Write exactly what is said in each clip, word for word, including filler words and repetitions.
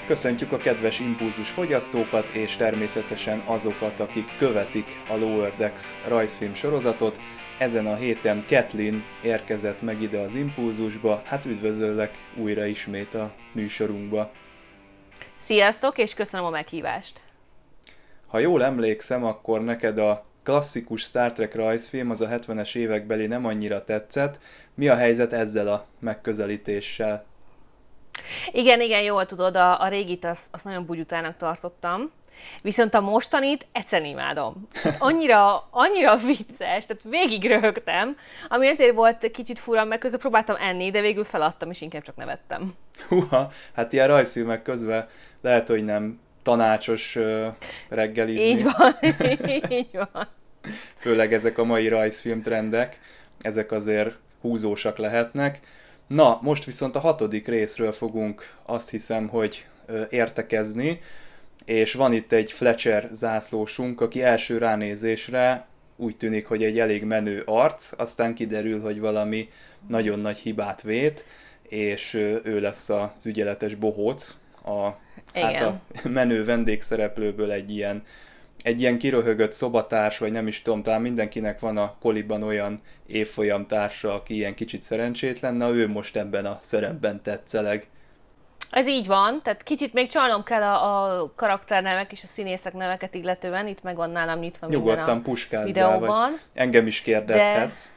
Köszöntjük a kedves Impulzus fogyasztókat, és természetesen azokat, akik követik a Lower Decks rajzfilm sorozatot. Ezen a héten Kathleen érkezett meg ide az Impulzusba, hát üdvözöllek újra ismét a műsorunkba. Sziasztok, és köszönöm a meghívást! Ha jól emlékszem, akkor neked a klasszikus Star Trek rajzfilm, az a hetvenes évekbeli nem annyira tetszett. Mi a helyzet ezzel a megközelítéssel? Igen, igen, jól tudod, a, a régit azt az nagyon bugyutának tartottam, viszont a mostanit egyszerűen imádom. Annyira, annyira vicces, tehát végig röhögtem, ami ezért volt kicsit fura, meg közben próbáltam enni, de végül feladtam, és inkább csak nevettem. Húha, hát ilyen rajzfilmek közben lehet, hogy nem tanácsos uh, reggelizni. Így van, így van. Főleg ezek a mai rajzfilm trendek, ezek azért húzósak lehetnek. Na, most viszont a hatodik részről fogunk, azt hiszem, hogy ö, értekezni, és van itt egy Fletcher zászlósunk, aki első ránézésre úgy tűnik, hogy egy elég menő arc, aztán kiderül, hogy valami nagyon nagy hibát vét, és ö, ő lesz az ügyeletes bohóc, a, hát a menő vendégszereplőből egy ilyen egy ilyen kiröhögött szobatárs, vagy nem is tudom, talán mindenkinek van a koliban olyan évfolyamtársa, aki ilyen kicsit szerencsétlen, na ő most ebben a szerepben tetszeleg. Ez így van, tehát kicsit még csalnom kell a, a karakternevek és a színészek neveket illetően, itt meg van nálam nyitva minden Nyugodtan a puskázzál, videóban. vagy engem is kérdezhetsz.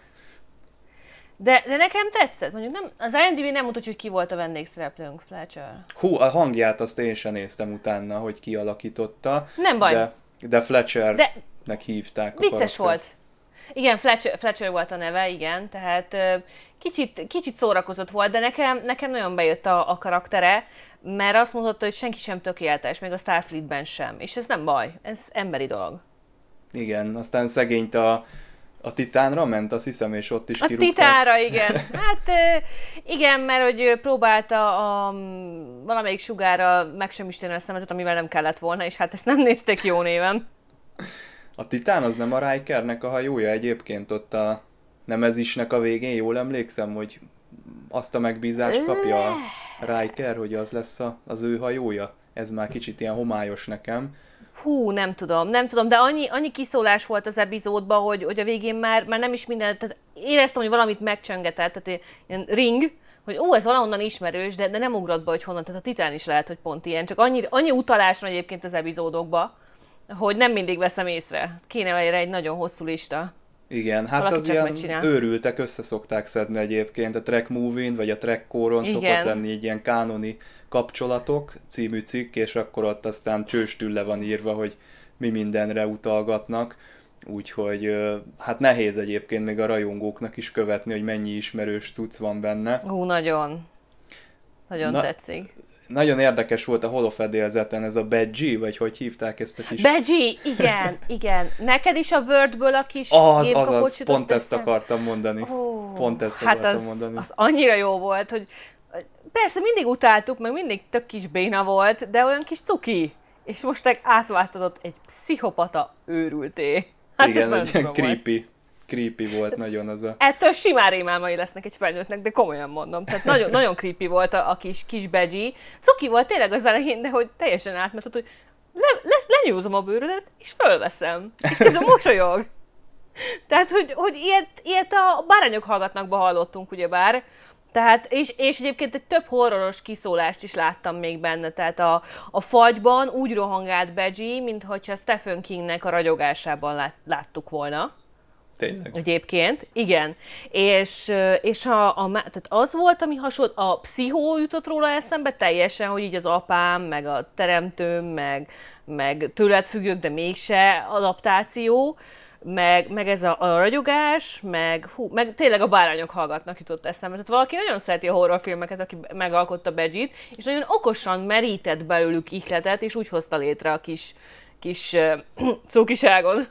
De, de, de nekem tetszett, mondjuk nem, az IMDb nem mutatja, hogy ki volt a vendégszereplőnk, Fletcher. Hú, a hangját azt én sem néztem utána, hogy ki alakította. Nem baj. De, de Fletchernek de hívták a vicces karaktert. volt. Igen, Fletcher, Fletcher volt a neve, igen, tehát kicsit, kicsit szórakozott volt, de nekem, nekem nagyon bejött a, a karaktere, mert azt mondotta, hogy senki sem tökéletes, még a Starfleetben sem, és ez nem baj, ez emberi dolog. Igen, aztán szegényt a, a Titánra ment, azt hiszem, és ott is a kirúgták. A Titánra, igen. Hát igen, mert hogy próbálta a, valamelyik sugárra megsemmisíteni a szemetet, amivel nem kellett volna, és hát ezt nem nézték jó néven. A Titán az nem a Rikernek a hajója egyébként, ott a Nemezisnek a végén, jól emlékszem, hogy azt a megbízást kapja a Riker, hogy az lesz a, az ő hajója? Ez már kicsit ilyen homályos nekem. Fú, nem tudom, nem tudom, de annyi, annyi kiszólás volt az epizódban, hogy, hogy a végén már, már nem is minden, tehát éreztem, hogy valamit megcsöngetett, tehát ilyen ring, hogy ó, ez valahonnan ismerős, de, de nem ugrott be, hogy honnan, tehát a Titán is lehet, hogy pont ilyen, csak annyi, annyi utalás van egyébként az epizódokba, hogy nem mindig veszem észre. Kéne erre egy nagyon hosszú lista. Igen, hát valaki az ilyen megcsinál. Őrültek össze szokták szedni egyébként a Trek Movie-n, vagy a Trek Core-on szokott lenni egy ilyen kánoni kapcsolatok című cikk, és akkor ott aztán csőstül le van írva, hogy mi mindenre utalgatnak. Úgyhogy hát nehéz egyébként még a rajongóknak is követni, hogy mennyi ismerős cucc van benne. Ú, nagyon. Nagyon Na, tetszik. Nagyon érdekes volt a holofedélzeten ez a Badgie, vagy hogy hívták ezt a kis... Badgie, igen, igen. Neked is a Wordből a kis az, az, az, pont ezt akartam mondani. Oh, pont ezt hát akartam az, mondani. az annyira jó volt, hogy persze mindig utáltuk, meg mindig tök kis béna volt, de olyan kis cuki. És most meg átváltozott egy pszichopata őrülté. Hát igen, egy ilyen creepy. creepy volt nagyon az a... Ettől simán rémálmai lesznek egy felnőttnek, de komolyan mondom. Tehát nagyon, nagyon creepy volt a, a kis, kis Badgie. Cuki volt tényleg az elején, de hogy teljesen átment, hogy le, le, lenyúzom a bőrödet, és fölveszem. És közben mosolyog. Tehát, hogy, hogy ilyet, ilyet a bárányok hallgatnakba hallottunk, ugyebár. Tehát, és, és egyébként egy több horroros kiszólást is láttam még benne. Tehát a, a fagyban úgy rohangált Badgie, mintha Stephen Kingnek a ragyogásában lát, láttuk volna. Tényleg. Egyébként, igen. És, és a, a, tehát az volt, ami hasonló, a pszichó jutott róla eszembe teljesen, hogy így az apám, meg a teremtőm, meg, meg tőled függők, de mégse adaptáció, meg, meg ez a, a ragyogás, meg, hú, meg tényleg a bárányok hallgatnak jutott eszembe. Tehát valaki nagyon szereti a horrorfilmeket, aki megalkotta Badgie-t, és nagyon okosan merített belőlük ihletet, és úgy hozta létre a kis, kis uh, cukiságon.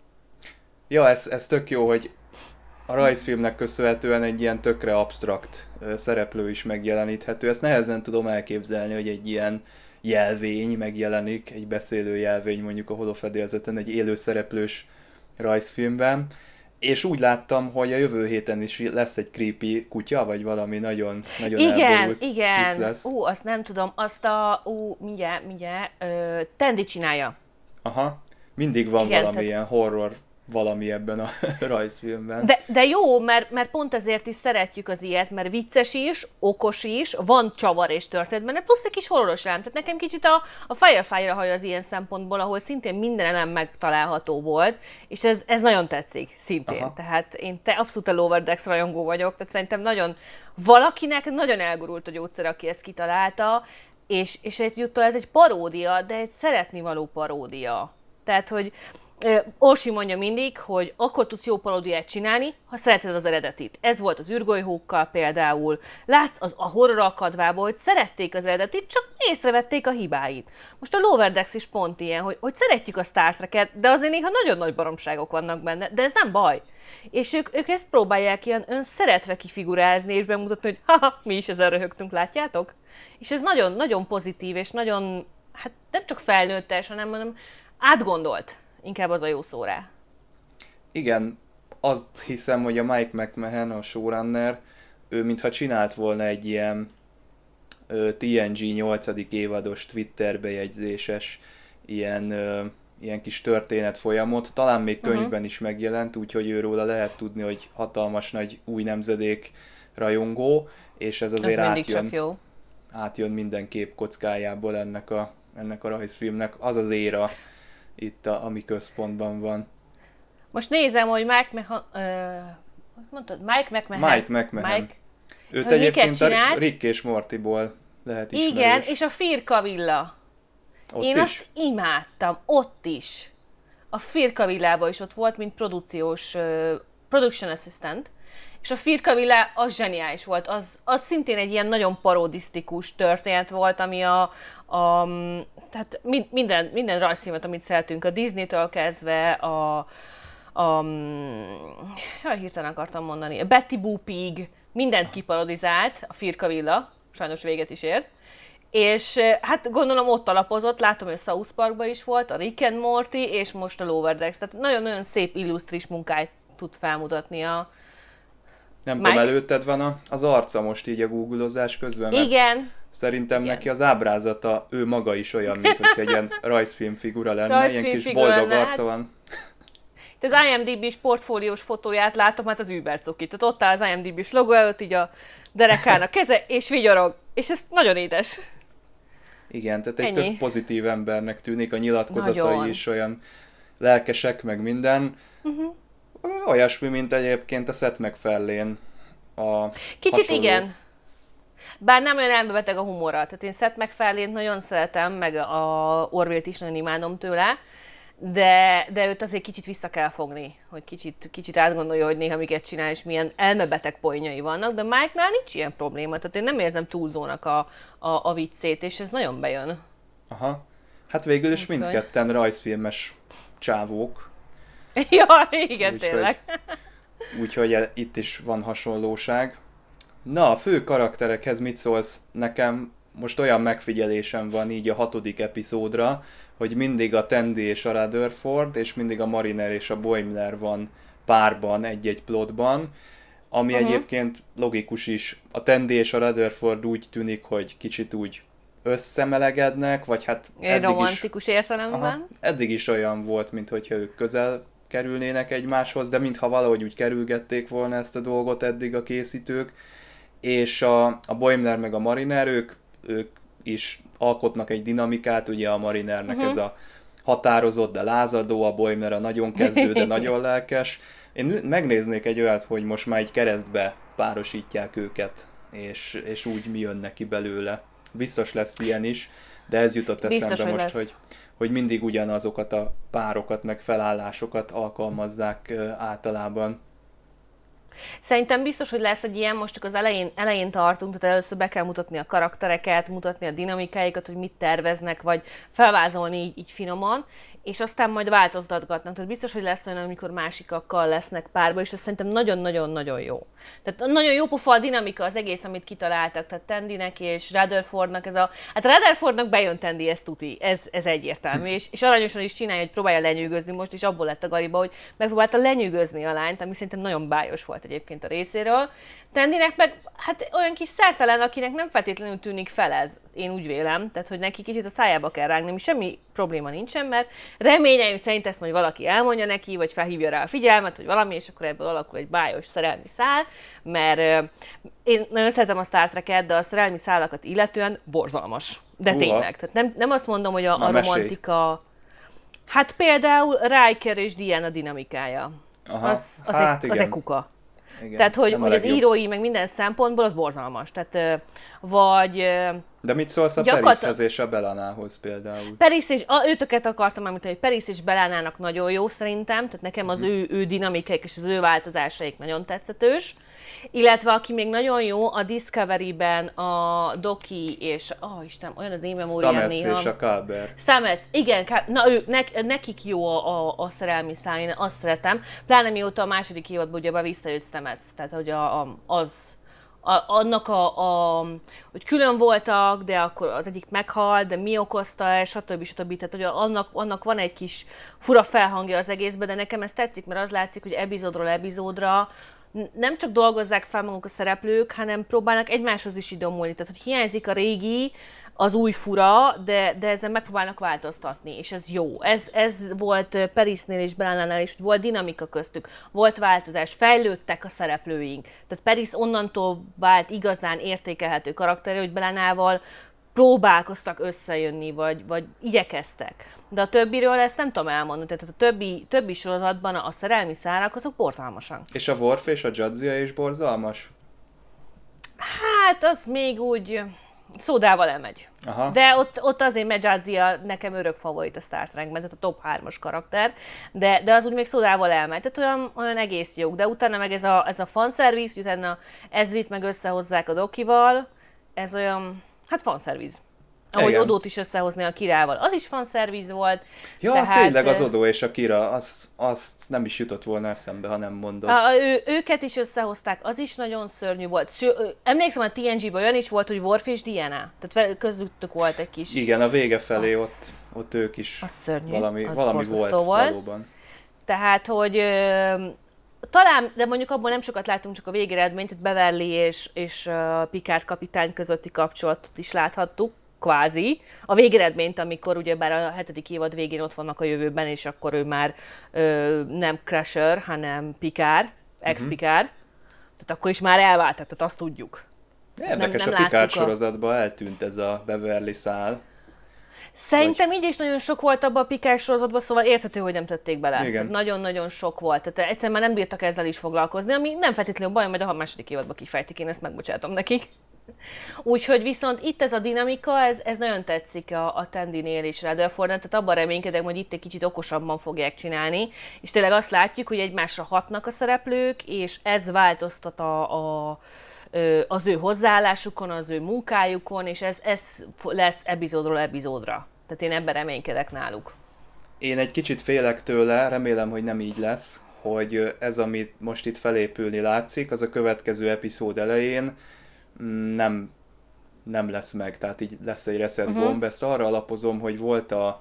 Ja, ez, ez tök jó, hogy a rajzfilmnek köszönhetően egy ilyen tökre absztrakt szereplő is megjeleníthető. Ezt nehezen tudom elképzelni, hogy egy ilyen jelvény megjelenik, egy beszélő jelvény mondjuk a holofedélzeten, egy élő szereplős rajzfilmben. És úgy láttam, hogy a jövő héten is lesz egy creepy kutya, vagy valami nagyon, nagyon Igen, elborult cucc igen. lesz. Ú, azt nem tudom, azt a, ú, mindjárt, mindjárt, ö, Tendi csinálja. Aha, mindig van Igen, valami tehát- ilyen horror valami ebben a rajzfilmben. De, de jó, mert, mert pont ezért is szeretjük az ilyet, mert vicces is, okos is, van csavar és történet benne, plusz egy kis horroros elem. Tehát nekem kicsit a, a Firefly-ra haj az ilyen szempontból, ahol szintén minden elem megtalálható volt, és ez, ez nagyon tetszik, szintén. Aha. Tehát én te abszolút a Lower Decks rajongó vagyok, tehát szerintem nagyon, valakinek nagyon elgurult a gyógyszer, aki ezt kitalálta, és, és egyúttal ez egy paródia, de egy szeretnivaló paródia. Tehát, hogy Ö, Orsi mondja mindig, hogy akkor tudsz jó paródiát csinálni, ha szereted az eredetit. Ez volt az űrgolyhókkal például. Lát az, a horror akadvából, hogy szerették az eredetit, csak észrevették a hibáit. Most a Lower Decks is pont ilyen, hogy, hogy szeretjük a Star Trek-et, de azért néha nagyon nagy baromságok vannak benne, de ez nem baj. És ők, ők ezt próbálják ilyen ön szeretve kifigurázni, és bemutatni, hogy haha, mi is ezen röhögtünk, látjátok? És ez nagyon, nagyon pozitív, és nagyon, hát nem csak felnőttes, hanem, hanem átgondolt. Inkább az a jó szó rá. Igen, azt hiszem, hogy a Mike McMahon, a showrunner, ő mintha csinált volna egy ilyen ö, té en gé nyolcadik évados Twitter bejegyzéses ilyen, ö, ilyen kis történet folyamot. Talán még könyvben uh-huh. is megjelent, úgyhogy őróla lehet tudni, hogy hatalmas nagy új nemzedék rajongó, és ez azért ez átjön, jó. átjön minden képkockájából ennek a, ennek a rajzfilmnek. Az az éra itt, a, ami központban van. Most nézem, hogy Mike McMahon... Uh, mondtad? Mike McMahon. Mike McMahon. Mike, őt hogy egyébként miket a csinált? Rick és Mortyból lehet ismerős. Igen, és a Firkavilla. Ott Én is? azt imádtam, ott is. A Firkavillában is ott volt, mint produkciós, uh, production assistant, és a Firkavilla az zseniális volt, az, az szintén egy ilyen nagyon parodisztikus történet volt, ami a, a tehát minden, minden rajzfilmet, amit szeretünk, a Disney-től kezdve, a, a jaj, hirtelen akartam mondani, a Betty Boopig, mindent kiparodizált, a Firkavilla, sajnos véget is ért, és hát gondolom ott alapozott, látom, hogy a South Parkban is volt, a Rick and Morty, és most a Lower Decks, tehát nagyon-nagyon szép illusztris munkáit tud felmutatni a Nem Mike. tudom, előtted van a, az arca most így a googleozás közben, mert Igen. szerintem Igen. neki az ábrázata, ő maga is olyan, mint hogyha egy ilyen rajzfilm figura lenne, Rajzfilm ilyen kis figura boldog lenne, arca hát- van. Itt az IMDb-s portfóliós fotóját látom, hát az übercuki. Tehát ott áll az IMDb-s logó előtt, így a derekán a keze, és vigyorog. És ez nagyon édes. Igen, tehát egy Ennyi. tök pozitív embernek tűnik, a nyilatkozatai Nagyon. is olyan lelkesek, meg minden. Uh-huh. Olyasmi, mint egyébként a Seth MacFarlane. A Kicsit hasonló. igen. Bár nem olyan elmebeteg a humora. Tehát én Seth MacFarlane-t nagyon szeretem, meg a Orville-t is nagyon imádom tőle, de, de őt azért kicsit vissza kell fogni, hogy kicsit, kicsit átgondolja, hogy néha miket csinál, és milyen elmebeteg poénjai vannak, de Mike-nál nincs ilyen probléma, tehát én nem érzem túlzónak a, a, a viccét, és ez nagyon bejön. Aha. Hát végül is Úgyhogy. mindketten rajzfilmes csávók, Ja, igen, Úgyhogy- tényleg. úgyhogy e- itt is van hasonlóság. Na, a fő karakterekhez mit szólsz? Nekem most olyan megfigyelésem van így a hatodik epizódra, hogy mindig a Tandy és a Rutherford, és mindig a Mariner és a Boimler van párban egy-egy plotban, ami Mhm. uh-huh. egyébként logikus is. A Tandy és a Rutherford úgy tűnik, hogy kicsit úgy összemelegednek, vagy hát eddig is, Romantikus értelemben. aha, eddig is olyan volt, mintha ők közel kerülnének egymáshoz, de mintha valahogy úgy kerülgették volna ezt a dolgot eddig a készítők, és a, a Boimler meg a Mariner, ők, ők is alkotnak egy dinamikát, ugye a Marinernek uh-huh. ez a határozott, de lázadó, a Boimler a nagyon kezdő, de nagyon lelkes. Én megnéznék egy olyat, hogy most már egy keresztbe párosítják őket, és, és úgy mi jön neki belőle. Biztos lesz ilyen is, de ez jutott eszembe Biztos, hogy most, lesz. hogy, hogy mindig ugyanazokat a párokat, meg felállásokat alkalmazzák ö, általában. Szerintem biztos, hogy lesz egy ilyen, most csak az elején, elején tartunk, tehát először be kell mutatni a karaktereket, mutatni a dinamikáikat, hogy mit terveznek, vagy felvázolni így, így finoman, és aztán majd változtatgatnak. Tehát biztos, hogy lesz olyan, amikor másikakkal lesznek párba, és ez szerintem nagyon-nagyon-nagyon jó. Tehát nagyon jó pofa a dinamika az egész, amit kitaláltak. Tehát Tandynek és Rutherfordnak ez a... Hát Rutherfordnak bejön Tandy, ez tuti, ez, ez egyértelmű. És, és aranyosan is csinálja, hogy próbálja lenyűgözni most, és abból lett a Gariba, hogy megpróbálta lenyűgözni a lányt, ami szerintem nagyon bájos volt egyébként a részéről. Tandynek meg hát olyan kis szertelen, akinek nem feltétlenül tűnik fel ez, én úgy vélem, tehát hogy neki kicsit a szájába kell rágni, semmi probléma nincsen, mert reményeim szerint ezt majd valaki elmondja neki, vagy felhívja rá a figyelmet, vagy valami, és akkor ebből alakul egy bájos szerelmi szál, mert euh, én nagyon szeretem a Star Trek-et, de a szerelmi szálakat illetően borzalmas. De Uha. tényleg, tehát nem, nem azt mondom, hogy a, Na, a mesélj. romantika... Hát például Riker és Diana dinamikája. Aha. Az, az, Hát egy, az igen. egy kuka. Igen, Tehát, hogy, nem a hogy az legjobb. írói, meg minden szempontból az borzalmas. Tehát, ö, vagy... ö, De mit szólsz a Gyakorlatilag- Parishez és a Belanához például? Paris és, a, őtöket akartam említeni, hogy Paris és Belánának nagyon jó szerintem, tehát nekem az ő, ő dinamikaik és az ő változásaik nagyon tetszetős. Illetve aki még nagyon jó, a Discovery-ben a Doki és, ó oh, Isten, olyan a névmemóriám Stamets néha. és a Kalber. Stamets, igen, ká- na ő, ne, nekik jó a, a, a szerelmi szál, én azt szeretem. Pláne mióta a második évadban ugye be visszajött Stamets, tehát hogy a, a, az, a, annak a, a, hogy külön voltak, de akkor az egyik meghalt, de mi okozta, stb. stb. Tehát hogy annak, annak van egy kis fura felhangja az egészben, de nekem ez tetszik, mert az látszik, hogy epizódról epizódra nem csak dolgozzák fel maguk a szereplők, hanem próbálnak egymáshoz is idomulni. Tehát, hogy hiányzik a régi, az új fura, de, de ezen megpróbálnak változtatni, és ez jó. Ez, ez volt Parisnél és Belánánál is, hogy volt dinamika köztük, volt változás, fejlődtek a szereplőink. Tehát Paris onnantól vált igazán értékelhető karaktere, hogy Belánával próbálkoztak összejönni, vagy, vagy igyekeztek. De a többiről ezt nem tudom elmondani. Tehát a többi, többi sorozatban a szerelmi szárak azok borzalmasak. És a Worf és a Jadzia is borzalmas? Hát az még úgy szódával elmegy. Aha. De ott, ott azért Medjadzia nekem örök favorit a Star Trekben, tehát a top hármas karakter, de, de az úgy még szódával elmegy, tehát olyan, olyan egész jó. De utána meg ez a, ez a fanszerviz, utána Ezrit meg összehozzák a Dokival, ez olyan, hát fanszerviz. Ahogy Igen. Odót is összehozni a Kirával, az is fanszerviz volt. Ja, tehát, tényleg az Odo és a Kira, az, azt nem is jutott volna eszembe, ha nem mondod. A, ő, őket is összehozták, az is nagyon szörnyű volt. Ső, emlékszem, a té en gé-ben olyan is volt, hogy Worf és Diana, tehát közöttük volt egy kis... Igen, a vége felé Az- ott, ott ők is az szörnyű, valami, az valami volt, borzasztó volt. valóban. Tehát, hogy ö, talán, de mondjuk abból nem sokat látunk, csak a végeredményt, hogy Beverly és, és uh, Picard kapitány közötti kapcsolatot is láthattuk, kvázi. A végeredményt, amikor ugyebár a hetedik évad végén ott vannak a jövőben, és akkor ő már ö, nem Crusher, hanem Picard, ex-Picard. Tehát akkor is már elvált, tehát azt tudjuk. Érdekes, nem a Picard láttuk a- sorozatban eltűnt ez a Beverly szál. Szerintem így is nagyon sok volt abban a Picard sorozatban, szóval érthető, hogy nem tették bele. Igen. Tehát nagyon-nagyon sok volt. Tehát egyszerűen már nem bírtak ezzel is foglalkozni, ami nem feltétlenül baj, majd a második évadban kifejtik, én ezt megbocsátom nekik. Úgyhogy viszont itt ez a dinamika, ez, ez nagyon tetszik a, a Tandynél és Rutherfordnál, tehát abban reménykedek, hogy itt egy kicsit okosabban fogják csinálni, és tényleg azt látjuk, hogy egymásra hatnak a szereplők, és ez változtat a, a ö, az ő hozzáállásukon, az ő munkájukon, és ez, ez lesz epizódról epizódra. Tehát én ebben reménykedek náluk. Én egy kicsit félek tőle, remélem, hogy nem így lesz, hogy ez, amit most itt felépülni látszik, az a következő epizód elején nem, nem lesz meg, tehát így lesz egy reset Uh-huh. bomb. Ezt arra alapozom, hogy volt a,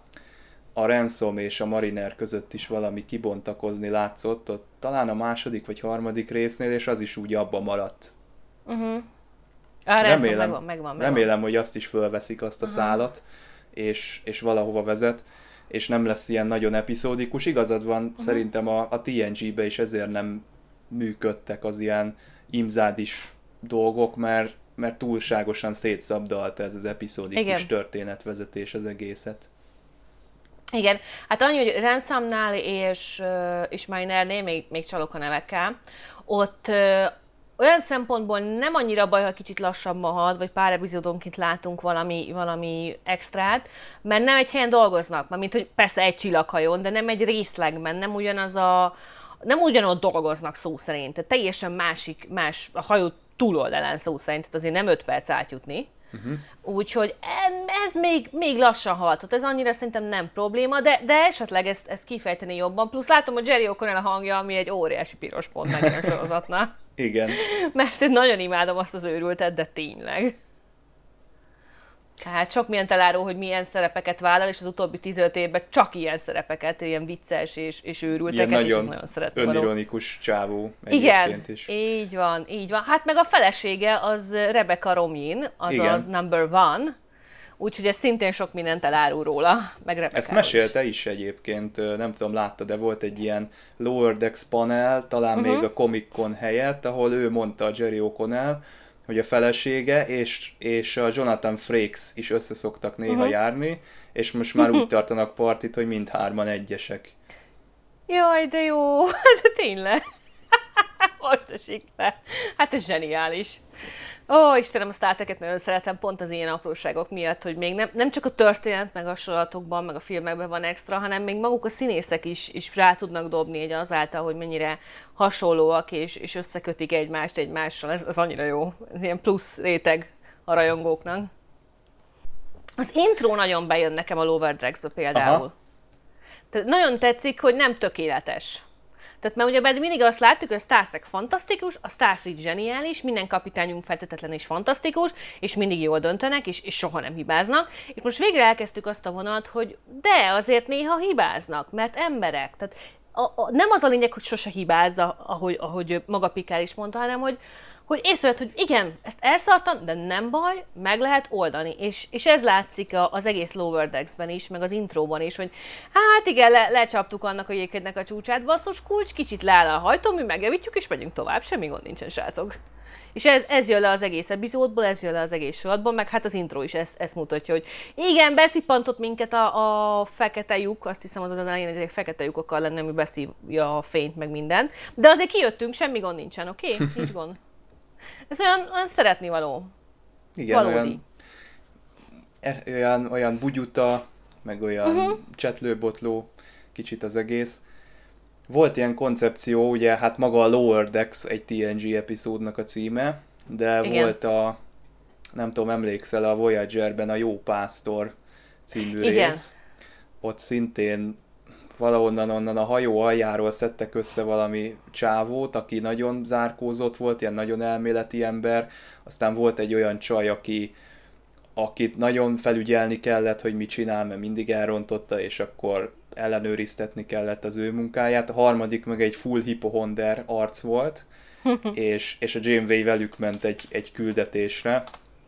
a Ransom és a Mariner között is valami kibontakozni látszott, ott talán a második vagy harmadik résznél, és az is úgy abba maradt. Uh-huh. Ah, Remélem, megvan, megvan, megvan. remélem, hogy azt is fölveszik, azt a szálat, és, és valahova vezet, és nem lesz ilyen nagyon epizódikus. Igazad van, uh-huh. szerintem a, a té en gé-be is ezért nem működtek az ilyen imzádis dolgok, mert, mert túlságosan szétszabdalta ez az epizódikus Igen. történetvezetés az egészet. Igen, hát annyi, hogy Ransomnál és, ö, és Minernél, még, még csalok a nevekkel, ott ö, olyan szempontból nem annyira baj, ha kicsit lassabban halad, vagy pár epizódonként látunk valami, valami extrát, mert nem egy helyen dolgoznak, már mint hogy persze egy csillaghajón, de nem egy részlegben, nem ugyanaz a, nem ugyanott dolgoznak szó szerint, tehát teljesen másik, más a hajó túloldalán szó szerint, tehát azért nem öt perc átjutni. Uh-huh. Úgyhogy ez még, még lassan haladhat, ez annyira szerintem nem probléma, de, de esetleg ezt, ezt kifejteni jobban. Plusz látom, hogy Jerry O'Connell a hangja, ami egy óriási piros pont meg a sorozatnál. Igen. Mert én nagyon imádom azt az őrültet, de tényleg. Tehát sok mindent elárul, hogy milyen szerepeket vállal, és az utóbbi tizenöt évben csak ilyen szerepeket, ilyen vicces és, és őrülteket, ilyen és nagyon, nagyon szeretni önironikus csávó igen, is. így van, így van. Hát meg a felesége az Rebecca Romijn, azaz Number One, úgyhogy ez szintén sok mindent elárul róla, meg Rebecca. Ezt mesélte is. is egyébként, nem tudom, látta, de volt egy ilyen Lower Decks panel, talán uh-huh. még a Comic Con helyett, ahol ő mondta, a Jerry O'Connell, hogy a felesége és, és a Jonathan Frakes is összeszoktak néha uh-huh. járni, és most már úgy tartanak partit, hogy mindhárman egyesek. Jaj, de jó, de tényleg. Most esik le. Hát ez zseniális. Ó, Istenem, a Star Trek-et nagyon szeretem, pont az ilyen apróságok miatt, hogy még nem, nem csak a történet, meg a sorozatokban, meg a filmekben van extra, hanem még maguk a színészek is, is rá tudnak dobni egy azáltal, hogy mennyire hasonlóak, és, és összekötik egymást egymással. Ez, ez annyira jó. Ez ilyen plusz réteg a rajongóknak. Az intro nagyon bejön nekem a Lower Decks-be például. Aha. Tehát nagyon tetszik, hogy nem tökéletes. Tehát mert ugye mindig azt láttuk, hogy a Star Trek fantasztikus, a Starfleet zseniális, minden kapitányunk feltétlenül is fantasztikus, és mindig jól döntenek, és, és soha nem hibáznak. És most végre elkezdtük azt a vonat, hogy de azért néha hibáznak, mert emberek. Tehát a, a, nem az a lényeg, hogy sose hibázza, ahogy, ahogy maga Picard is mondta, hanem hogy, hogy észrevett, hogy igen, ezt elszartam, de nem baj, meg lehet oldani. És, és ez látszik az egész Lower Decks-ben is, meg az intróban is, hogy hát igen, le, lecsaptuk annak a jégkednek a csúcsát, basszus kulcs, kicsit leáll a hajtómű, megjavítjuk, és megyünk tovább, semmi gond nincsen, srácok. És ez, ez jön le az egész epizódból, ez jön le az egész sorozatból, meg hát az intro is ezt, ezt mutatja, hogy igen, beszippantott minket a, a fekete lyuk, azt hiszem az az elején, hogy egy fekete lyuk akar lenni, ami beszívja a fényt, meg mindent, de azért kijöttünk, semmi gond nincsen, oké? Okay? Nincs gond. Ez olyan, olyan szeretni való. Igen, valódi. Olyan, olyan, olyan bugyuta, meg olyan uh-huh. csetlőbotló kicsit az egész. Volt ilyen koncepció, ugye hát maga a Lower Decks egy té en gé epizódnak a címe, de igen. volt a, nem tudom, emlékszel, a Voyagerben a Jó Pásztor című igen. rész. Ott szintén valahonnan onnan a hajó aljáról szedtek össze valami csávót, aki nagyon zárkózott volt, ilyen nagyon elméleti ember. Aztán volt egy olyan csaj, aki, akit nagyon felügyelni kellett, hogy mit csinál, mert mindig elrontotta, és akkor ellenőriztetni kellett az ő munkáját. A harmadik meg egy full hipohonder arc volt, és, és a Janeway velük ment egy, egy küldetésre.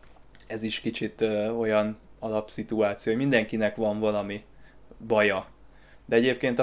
Ez is kicsit ö, olyan alapszituáció, hogy mindenkinek van valami baja. De egyébként a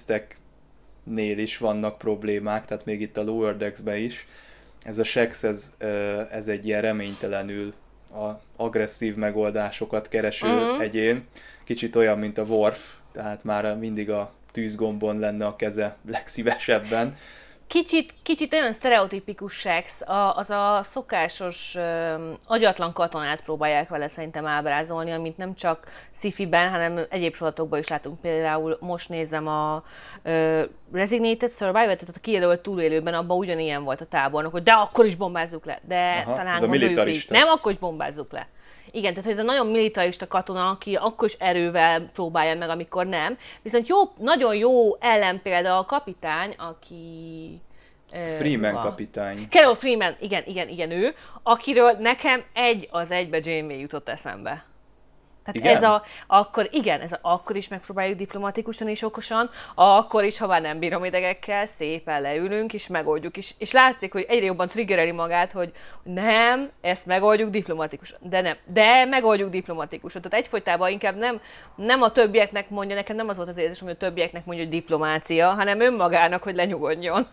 főtiszteknél is vannak problémák, tehát még itt a Lower Decks-ben is. Ez a Shax, ez, ez egy ilyen reménytelenül a agresszív megoldásokat kereső uh-huh. egyén. Kicsit olyan, mint a Worf, tehát már mindig a tűzgombon lenne a keze legszívesebben. Kicsit, kicsit olyan sztereotipikus Shax, az a szokásos ö, agyatlan katonát próbálják vele szerintem ábrázolni, amit nem csak sci-fiben, hanem egyéb sorozatokban is látunk. Például most nézem a ö, Resignated Survivor, tehát a kijelölt túlélőben, abban ugyanilyen volt a tábornok, hogy de akkor is bombázzuk le, de aha, talán gondoljuk így, nem, akkor is bombázzuk le. Igen, tehát hogy ez a nagyon militarista katona, aki akkor is erővel próbálja meg, amikor nem. Viszont jó, nagyon jó ellenpélda a kapitány, aki... Freeman uh, kapitány. Carol Freeman, igen, igen, igen ő, akiről nekem egy az egybe Janeway jutott eszembe. Tehát igen? ez a, akkor igen, ez a, akkor is megpróbáljuk diplomatikusan és okosan, akkor is, ha már nem bírom idegekkel, szépen leülünk és megoldjuk is. És látszik, hogy egyre jobban triggereli magát, hogy nem, ezt megoldjuk diplomatikusan. De nem, de megoldjuk diplomatikusan. Tehát egyfolytában inkább nem, nem a többieknek mondja, nekem nem az volt az érzésem, hogy a többieknek mondja, hogy diplomácia, hanem önmagának, hogy lenyugodjon.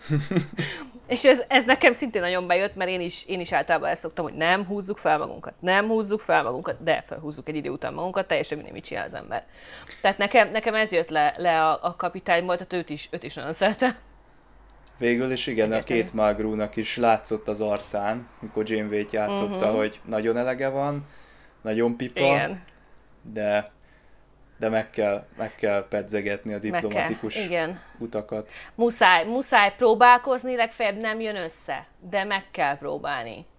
És ez, ez nekem szintén nagyon bejött, mert én is, én is általában ezt szoktam, hogy nem húzzuk fel magunkat, nem húzzuk fel magunkat, de felhúzzuk egy idő után magunkat, teljesen mindegy, mit csinál az ember. Tehát nekem, nekem ez jött le, le a, a kapitányból, tehát őt is, őt is nagyon szeretem. Végül is igen, egyetlen. A két Mulgrewnak is látszott az arcán, mikor Janeway-t játszotta, uh-huh. hogy nagyon elege van, nagyon pipa, igen. de... de meg kell, meg kell pedzegetni a diplomatikus igen. utakat. Muszáj, muszáj próbálkozni, legfeljebb nem jön össze, de meg kell próbálni.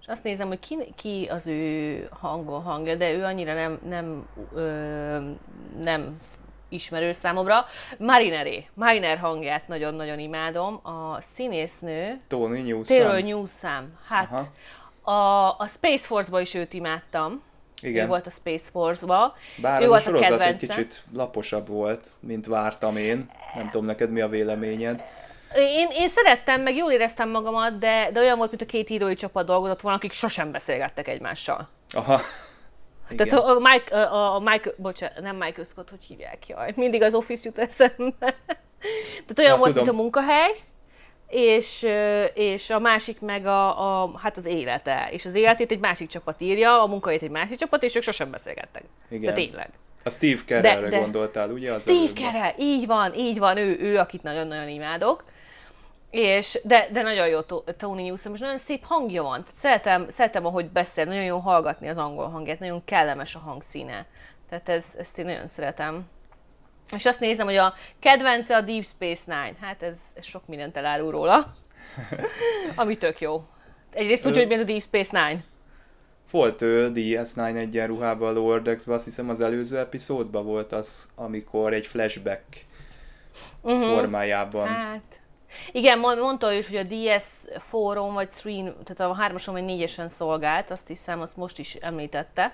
És azt nézem, hogy ki, ki az ő hangol hangja, de ő annyira nem, nem, ö, nem ismerős számomra. Marineré. Mariner hangját nagyon-nagyon imádom. A színésznő... Tony Newsom. Taylor Newsom. Hát a, a Space Force-ba is őt imádtam. Igen. Ő volt a Space Force-ba. Bár ő az volt a sorozat a egy kicsit laposabb volt, mint vártam én. Nem tudom, neked mi a véleményed? Én, én szerettem, meg jól éreztem magamat, de, de olyan volt, mint a két írói csapat dolgozott volna, akik sosem beszélgettek egymással. Aha. Igen. Tehát a, a Mike, a, a Mike, bocsánat, nem Michael Scott, hogy hívják, jaj, mindig az Office jut eszembe. Tehát olyan Na, volt, tudom. mint a munkahely, és, és a másik meg a, a, hát az élete. És az életét egy másik csapat írja, a munkahelyét egy másik csapat, és ők sosem beszélgettek. Igen. De tényleg. A Steve Carellre De- de- gondoltál, ugye? Az Steve előbb? Carell, így van, így van, ő, ő akit nagyon-nagyon imádok. És, de, de nagyon jó To- Tony Newsom, és nagyon szép hangja van. Tehát szeretem, szeretem, ahogy beszél, nagyon jó hallgatni az angol hangját, nagyon kellemes a hangszíne. Tehát ez, ezt én nagyon szeretem. És azt nézem, hogy a kedvence a Deep Space Nine. Hát ez, ez sok mindent elárul róla. Ami tök jó. Egyrészt tudja, hogy mi ez a Deep Space Nine. Volt ő D S kilenc egyenruhában a Lower Decks-ben, azt hiszem az előző epizódban volt az, amikor egy flashback uh-huh. formájában. Hát... Igen, mond- mondta ő is, hogy a D S négy-on vagy három, tehát a hármason vagy négyesen szolgált, azt hiszem, azt most is említette.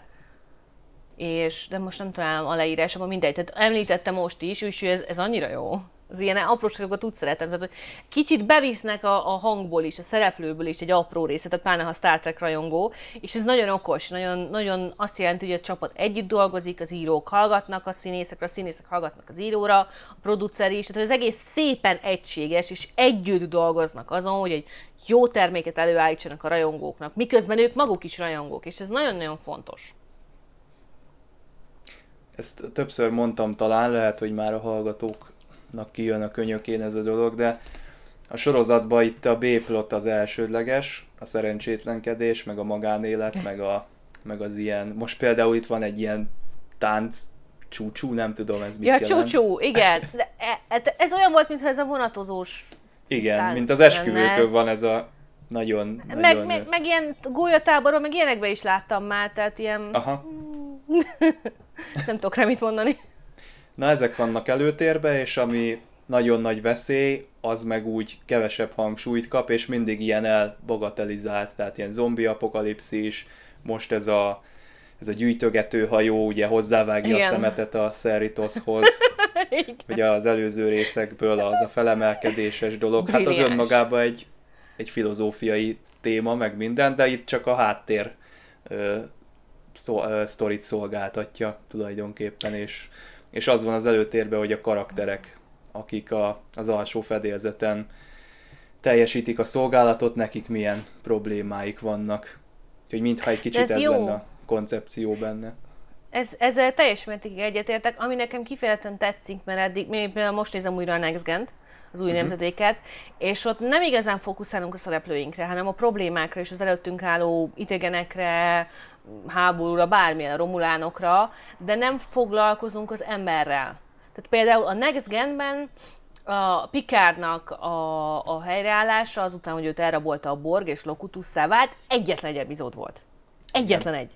És, de most nem találom a leírásában, mindegy, tehát említette most is, úgyhogy ez, ez annyira jó. Az ilyen apróságokat úgy szeretem, tehát hogy kicsit bevisznek a, a hangból is, a szereplőből is egy apró részet, tehát pláne ha Star Trek rajongó, és ez nagyon okos, nagyon, nagyon azt jelenti, hogy a csapat együtt dolgozik, az írók hallgatnak a színészekre, a színészek hallgatnak az íróra, a producer is, tehát az egész szépen egységes, és együtt dolgoznak azon, hogy egy jó terméket előállítsanak a rajongóknak, miközben ők maguk is rajongók, és ez nagyon-nagyon fontos. Ezt többször mondtam talán, lehet, hogy már a hallgatóknak kijön a könyökén ez a dolog, de a sorozatban itt a B-plot az elsődleges, a szerencsétlenkedés, meg a magánélet, meg, a, meg az ilyen, most például itt van egy ilyen tánc, csúcsú, nem tudom ez mit Ja, jelent. csúcsú, igen. De e- ez olyan volt, mintha ez a vonatozós Igen, tánc mint az lenne. esküvőkön van ez a nagyon... Meg, nagyon... meg, meg ilyen gólyatáboron, meg ilyenekben is láttam már, tehát ilyen... Aha. Nem tudok rá mit mondani. Na ezek vannak előtérbe, és ami nagyon nagy veszély, az meg úgy kevesebb hangsúlyt kap, és mindig ilyen elbagatelizált, tehát ilyen zombi apokalipszis, most ez a, ez a gyűjtögető hajó ugye hozzávágja Igen. a szemetet a Cerritoshoz, hogy az előző részekből az a felemelkedéses dolog, hát az Brilliáns. önmagában egy, egy filozófiai téma, meg minden, de itt csak a háttér ö, szó, ö, sztorit szolgáltatja tulajdonképpen, és, és az van az előtérben, hogy a karakterek, akik a, az alsó fedélzeten teljesítik a szolgálatot, nekik milyen problémáik vannak. Úgyhogy mintha egy kicsit ez ez jó. lenne a koncepció benne. Ez, ezzel teljes mértékig egyetértek, ami nekem kifejezetten tetszik, mert eddig, még például most nézem újra a Next Gen-t, az új uh-huh. nemzedéket, és ott nem igazán fókuszálunk a szereplőinkre, hanem a problémákra és az előttünk álló idegenekre, háborúra, bármilyen, a romulánokra, de nem foglalkozunk az emberrel. Tehát például a Next Gen-ben a Picardnak a, a helyreállása azután, hogy őt elrabolta a Borg és Locutusszá vált, egyetlen egy epizód volt. Egyetlen egy.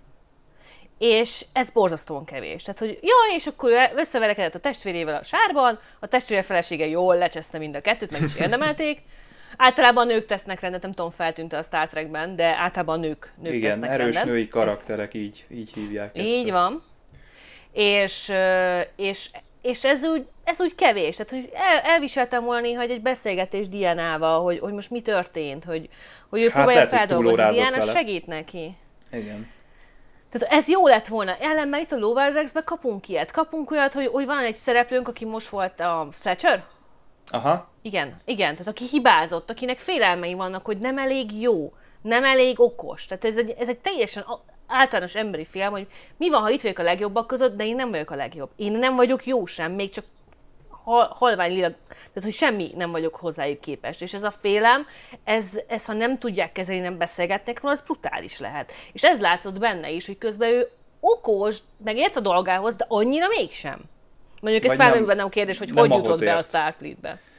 És ez borzasztóan kevés. Tehát, hogy jaj, és akkor ő összeverekedett a testvérével a sárban, a testvére felesége jól lecseszte mind a kettőt, meg is érdemelték. Általában nők tesznek rendet, nem tudom, feltűnt a Star Trekben, de általában nők, nők Igen, tesznek erős rendet. női karakterek, ez... így, így hívják ezt. Így van. És, és, és ez, úgy, ez úgy kevés. Tehát, hogy el, elviseltem volna néha egy beszélgetés Diánával, hogy, hogy most mi történt, hogy, hogy ő Hát próbálja lehet, hogy feldolgozni. túlórázott Diana vele. segít neki. Igen. Tehát ez jó lett volna. Ellenben itt a Lower Decks-ben kapunk ilyet. Kapunk olyat, hogy, hogy van egy szereplőnk, aki most volt a Fletcher. Aha. Igen, igen. Tehát aki hibázott, akinek félelmei vannak, hogy nem elég jó, nem elég okos. Tehát ez egy, ez egy teljesen általános emberi félelem, hogy mi van, ha itt vagyok a legjobbak között, de én nem vagyok a legjobb. Én nem vagyok jó sem, még csak hal, halvány lilag, tehát hogy semmi nem vagyok hozzájuk képest. És ez a félelem, ez, ez ha nem tudják kezelni, nem beszélgetnek róla, az brutális lehet. És ez látszott benne is, hogy közben ő okos, meg ért a dolgához, de annyira mégsem. Mondjuk ez Vagy felmerül nem- bennem a kérdés, hogy nem hogy ahhoz jutott be a ért. Starfleetbe.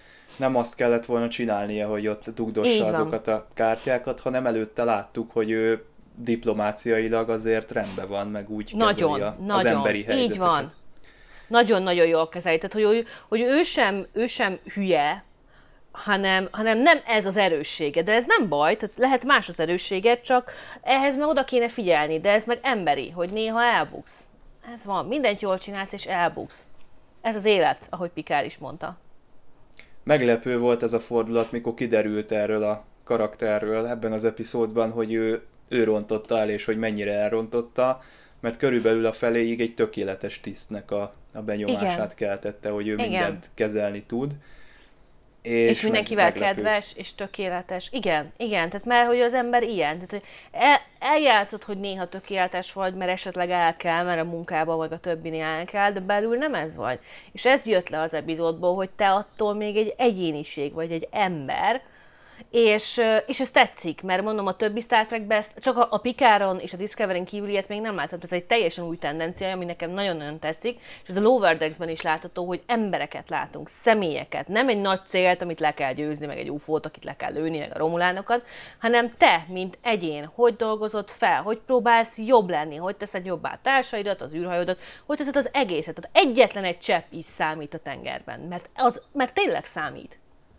nem azt kellett volna csinálnia, hogy ott dugdossa azokat a kártyákat, hanem előtte láttuk, hogy ő diplomáciailag azért rendben van, meg úgy nagyon, kezeli a, nagyon, az emberi helyzeteket. Így van. Nagyon-nagyon jól kezeli. Tehát, hogy, ő, hogy ő, sem, ő sem hülye, hanem, hanem nem ez az erőssége. De ez nem baj, tehát lehet más az erőssége, csak ehhez meg oda kéne figyelni, de ez meg emberi, hogy néha elbuksz. Ez van, mindent jól csinálsz, és elbuksz. Ez az élet, ahogy Picard is mondta. Meglepő volt ez a fordulat, mikor kiderült erről a karakterről ebben az epizódban, hogy ő, ő rontotta el, és hogy mennyire elrontotta, mert körülbelül a feléig egy tökéletes tisztnek a, a benyomását Igen. keltette, hogy ő Igen. mindent kezelni tud. És, és mindenkivel meg, kedves, és tökéletes. Igen, igen, tehát mert hogy az ember ilyen. Tehát, hogy el, eljátszott, hogy néha tökéletes vagy, mert esetleg el kell, mert a munkában vagy a többinél el kell, de belül nem ez vagy. És ez jött le az epizódból, hogy te attól még egy egyéniség vagy, egy ember, és, és ez tetszik, mert mondom, a többi Star Trekben ezt, csak a, a Picardon és a Discovery-n kívül ilyet még nem láttam, ez egy teljesen új tendencia, ami nekem nagyon-nagyon tetszik, és ez a Lower Decks-ben is látható, hogy embereket látunk, személyeket, nem egy nagy célt, amit le kell győzni, meg egy ufót, akit le kell lőni, meg a romulánokat, hanem te, mint egyén, hogy dolgozod fel, hogy próbálsz jobb lenni, hogy teszed jobbá a társaidat, az űrhajódat, hogy teszed az egészet, tehát egyetlen egy csepp is számít a tengerben, mert, az, mert tényleg számít.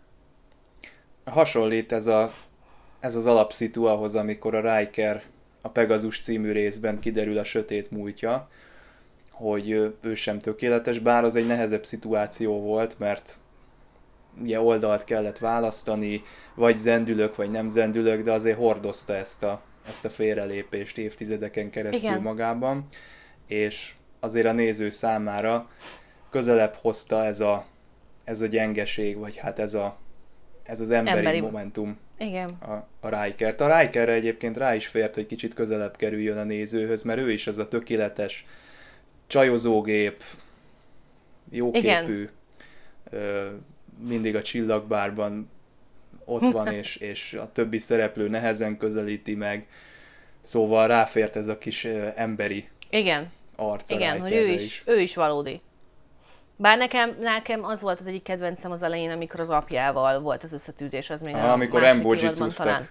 Hasonlít ez, a, ez az alapszitu ahhoz, amikor a Riker a Pegasus című részben kiderül a sötét múltja, hogy ő sem tökéletes, bár az egy nehezebb szituáció volt, mert ugye oldalt kellett választani, vagy zendülök, vagy nem zendülök, de azért hordozta ezt a, ezt a félrelépést évtizedeken keresztül Igen. magában, és azért a néző számára közelebb hozta ez a, ez a gyengeség, vagy hát ez a ez az emberi, emberi. momentum Igen. a, a Rikert. A Rikerre egyébként rá is fért, hogy kicsit közelebb kerüljön a nézőhöz, mert ő is az a tökéletes csajozógép, jóképű, ö, mindig a csillagbárban ott van, és, és a többi szereplő nehezen közelíti meg. Szóval ráfért ez a kis ö, emberi Igen. arc a Igen, hogy ő is, is. ő is valódi. Bár nekem, nekem az volt az egyik kedvencem az elején, amikor az apjával volt az összetűzés, az még ah, a amikor másik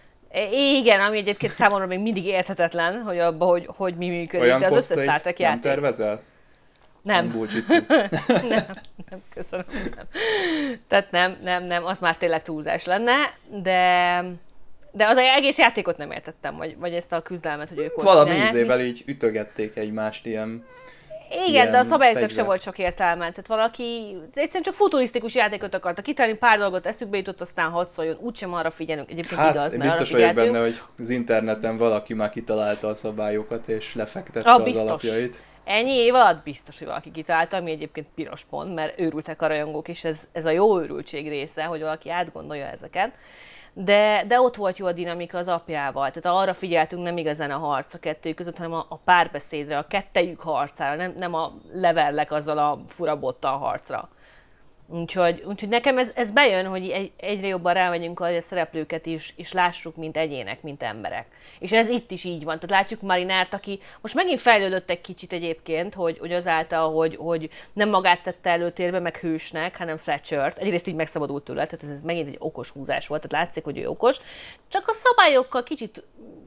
Igen, ami egyébként számomra még mindig érthetetlen, hogy abba, hogy, hogy mi működik, olyan de az összes Star Trek játék. Nem tervezel? Nem. Nem, nem, nem, köszönöm. Nem. Tehát nem, nem, nem, az már tényleg túlzás lenne, de... De az egész játékot nem értettem, vagy, vagy ezt a küzdelmet, hogy ők hogy valami ízével így ütögették egymást ilyen... Igen, ilyen de a szabályoknak sem volt sok értelme. Tehát valaki egyszerűen csak futurisztikus játékot akarta kitalálni, pár dolgot eszükbe jutott, aztán hadd szóljon. Úgysem arra figyelünk. Egyébként hát, igaz, mert biztos vagyok benne, hogy az interneten valaki már kitalálta a szabályokat, és lefektette ah, az alapjait. Ennyi év alatt biztos, hogy valaki kitalálta, ami egyébként piros pont, mert őrültek a rajongók, és ez, ez a jó őrültség része, hogy valaki átgondolja ezeket. De, de ott volt jó a dinamika az apjával, tehát arra figyeltünk nem igazán a harc a kettőjük között, hanem a, a párbeszédre, a kettejük harcára, nem, nem a leverlek azzal a furabottal harcra. Úgyhogy, úgyhogy nekem ez, ez bejön, hogy egy, egyre jobban rámegyünk a szereplőket is, és lássuk, mint egyének, mint emberek. És ez itt is így van. Tehát látjuk Marinárt, aki most megint fejlődött egy kicsit egyébként, hogy, hogy azáltal, hogy, hogy nem magát tette előtérbe, meg hősnek, hanem Fletchert. Egyrészt így megszabadult tőle, tehát ez megint egy okos húzás volt, tehát látszik, hogy ő okos. Csak a szabályokkal kicsit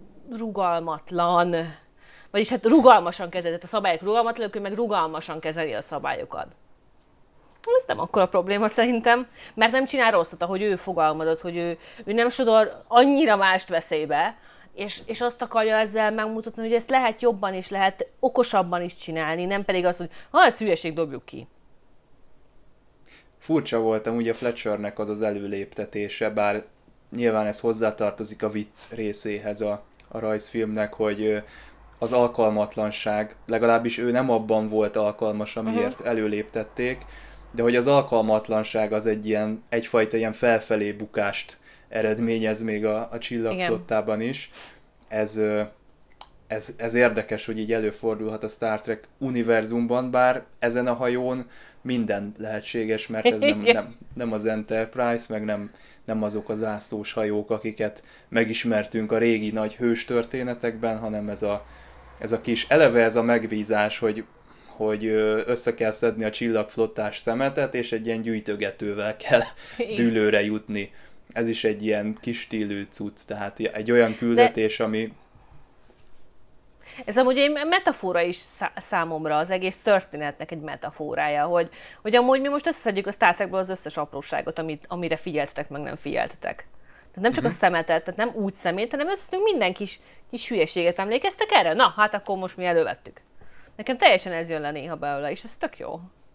rugalmatlan, vagyis hát rugalmasan kezeli, tehát a szabályok rugalmatlanok, ő meg rugalmasan kezeli a szabályokat. Ez nem akkora probléma szerintem, mert nem csinál rosszat, ahogy ő fogalmazott, hogy ő, ő nem sodor annyira mást veszélybe, és, és azt akarja ezzel megmutatni, hogy ezt lehet jobban is, lehet okosabban is csinálni, nem pedig az, hogy ha ez hülyeség, dobjuk ki. Furcsa voltam ugye Fletchernek az az előléptetése, bár nyilván ez hozzátartozik a vicc részéhez a, a rajzfilmnek, hogy az alkalmatlanság, legalábbis ő nem abban volt alkalmas, amiért uh-huh. előléptették, de hogy az alkalmatlanság az egy ilyen, egyfajta ilyen felfelé bukást eredményez még a, a csillagflottában is. Ez, ez, ez érdekes, hogy így előfordulhat a Star Trek univerzumban, bár ezen a hajón minden lehetséges, mert ez nem, nem, nem az Enterprise, meg nem, nem azok az zászlós hajók, akiket megismertünk a régi nagy hős történetekben, hanem ez a, ez a kis, eleve ez a megbízás, hogy hogy össze kell szedni a csillagflottás szemetet, és egy ilyen gyűjtögetővel kell dűlőre jutni. Ez is egy ilyen kis stílű cucc, tehát egy olyan küldetés, De... ami... Ez amúgy egy metafora is számomra, az egész történetnek egy metaforája, hogy, hogy amúgy mi most összeszedjük a Star Trekből az összes apróságot, amit, amire figyeltetek, meg nem figyeltetek. Tehát nem csak uh-huh. a szemetet, tehát nem úgy szemét, hanem összeszedünk minden kis, kis hülyeséget. Emlékeztek erre? Na, hát akkor most mi elővettük. Nekem teljesen ez jön le néha belőle, és ez tök jó.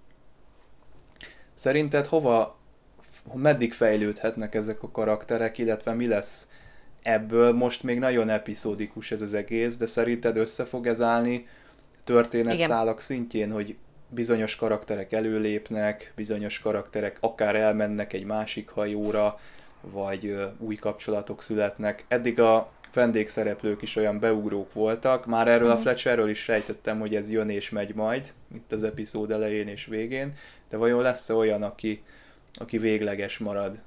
Szerinted hova, meddig fejlődhetnek ezek a karakterek, illetve mi lesz ebből? Most még nagyon epizódikus ez az egész, de szerinted össze fog ez állni történetszálak szintjén, hogy bizonyos karakterek előlépnek, bizonyos karakterek akár elmennek egy másik hajóra, vagy ö, új kapcsolatok születnek. Eddig a vendégszereplők is olyan beugrók voltak, már erről mm. a Fletcherről is sejtettem, hogy ez jön és megy majd, itt az epizód elején és végén, de vajon lesz-e olyan, aki, aki végleges marad?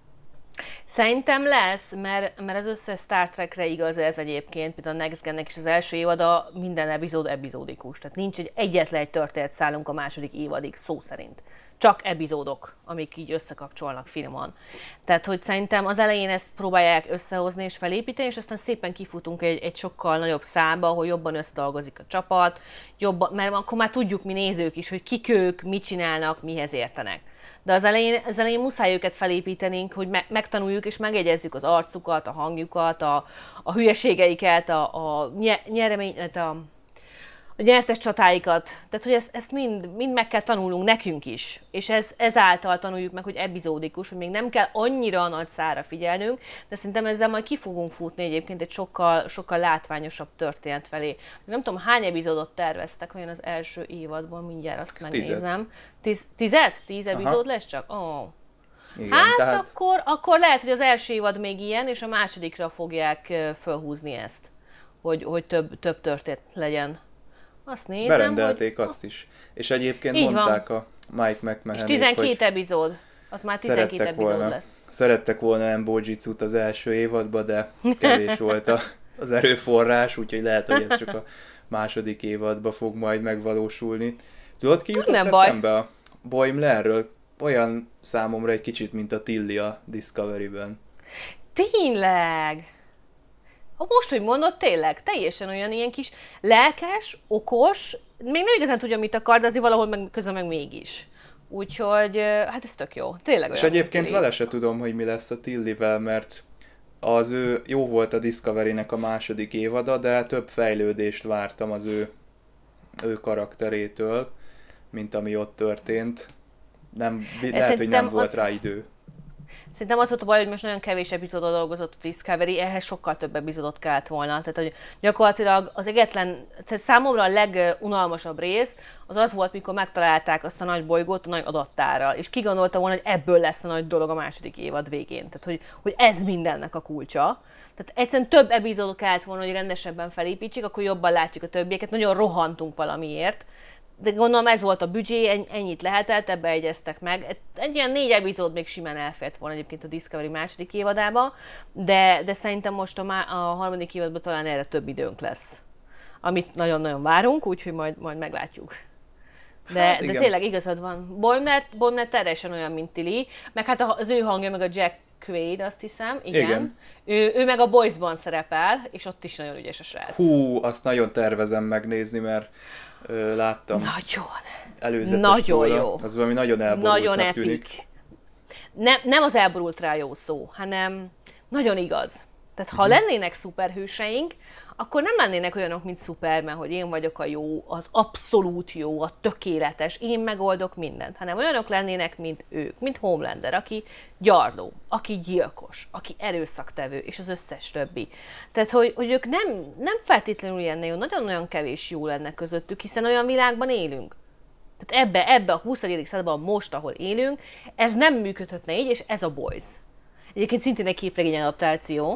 Szerintem lesz, mert, mert az összes Star Trekre igaz ez egyébként, mint a Next Gennek is az első évada, minden epizód epizódikus. Tehát nincs egy egyetlen egy történetszálunk a második évadig, szó szerint. Csak epizódok, amik így összekapcsolnak finoman. Tehát, hogy szerintem az elején ezt próbálják összehozni és felépíteni, és aztán szépen kifutunk egy, egy sokkal nagyobb számba, hogy jobban összedolgozik a csapat, jobban, mert akkor már tudjuk mi nézők is, hogy kik ők, mit csinálnak, mihez értenek. De az elején, az elején muszáj őket felépítenünk, hogy me- megtanuljuk és megjegyezzük az arcukat, a hangjukat, a, a hülyeségeiket, a, a nyeremény, a, a nyertes csatáikat. Tehát, hogy ezt, ezt mind, mind meg kell tanulnunk nekünk is. És ez, ezáltal tanuljuk meg, hogy epizódikus, hogy még nem kell annyira nagy szára figyelnünk, de szerintem ezzel majd ki fogunk futni egyébként egy sokkal, sokkal látványosabb történet felé. Nem tudom, hány epizódot terveztek olyan az első évadban, mindjárt azt megnézem. Tíz, tized? Tíz epizód lesz csak? Oh. Igen, hát tehát... akkor, akkor lehet, hogy az első évad még ilyen, és a másodikra fogják fölhúzni ezt, hogy, hogy több, több történet legyen. Azt nézem, berendelték hogy... azt is. És egyébként így mondták van. A Mike McMahonék, és tizenkét epizód. Az már tizenkét epizód volna, lesz. Szerettek volna Embojitsu-t az első évadban, de kevés volt a, az erőforrás, úgyhogy lehet, hogy ez csak a második évadban fog majd megvalósulni. Tudod, ki jutott nem eszembe baj. A Boimlerről? Olyan számomra egy kicsit, mint a Tilly a Discovery-ben. Tényleg! Most, hogy mondod, tényleg, teljesen olyan ilyen kis lelkes, okos, még nem igazán tudja, mit akar, de azért valahol meg, közben meg mégis. Úgyhogy, hát ez tök jó. Tényleg olyan. És egyébként vele se tudom, hogy mi lesz a Tillyvel, mert az ő jó volt a Discovery-nek a második évada, de több fejlődést vártam az ő, ő karakterétől, mint ami ott történt. Nem, lehet, hogy nem volt az... rá idő. Szerintem az volt a baj, hogy most nagyon kevés epizódot dolgozott a Discovery, ehhez sokkal több epizódot kellett volna. Tehát, hogy gyakorlatilag az egyetlen, tehát számomra a legunalmasabb rész az az volt, mikor megtalálták azt a nagy bolygót a nagy adattárral, és kigondolta volna, hogy ebből lesz a nagy dolog a második évad végén. Tehát, hogy, hogy ez mindennek a kulcsa. Tehát egyszerűen több epizódot kellett volna, hogy rendesebben felépítsék, akkor jobban látjuk a többieket. Nagyon rohantunk valamiért. De gondolom ez volt a büdzsé, ennyit lehetett, ebbe egyeztek meg. Egy ilyen négy epizód még simán elfért volna egyébként a Discovery második évadába, de, de szerintem most a, má, a harmadik évadban talán erre több időnk lesz. Amit nagyon-nagyon várunk, úgyhogy majd, majd meglátjuk. De, hát de tényleg igazad van. Boimler, Boimler teljesen olyan, mint Tilly, meg hát az ő hangja, meg a Jack Quaid, azt hiszem, igen. igen. Ő, ő meg a Boys-ban szerepel, és ott is nagyon ügyes a srác. Hú, azt nagyon tervezem megnézni, mert Ö, láttam. Nagyon. Előzetes nagyon róla. Jó. Az valami nagyon elborultnak nagyon epic. Tűnik. Nem, nem az elborult rá jó szó, hanem nagyon igaz. Tehát ha uh-huh. lennének szuperhőseink, akkor nem lennének olyanok, mint Superman, hogy én vagyok a jó, az abszolút jó, a tökéletes, én megoldok mindent, hanem olyanok lennének, mint ők, mint Homelander, aki gyarló, aki gyilkos, aki erőszaktevő, és az összes többi. Tehát, hogy, hogy ők nem, nem feltétlenül ilyen jó, nagyon-nagyon kevés jó lenne közöttük, hiszen olyan világban élünk. Tehát ebbe, ebbe a huszadik században, most, ahol élünk, ez nem működhetne így, és ez a Boys. Egyébként szintén egy képregény adaptáció.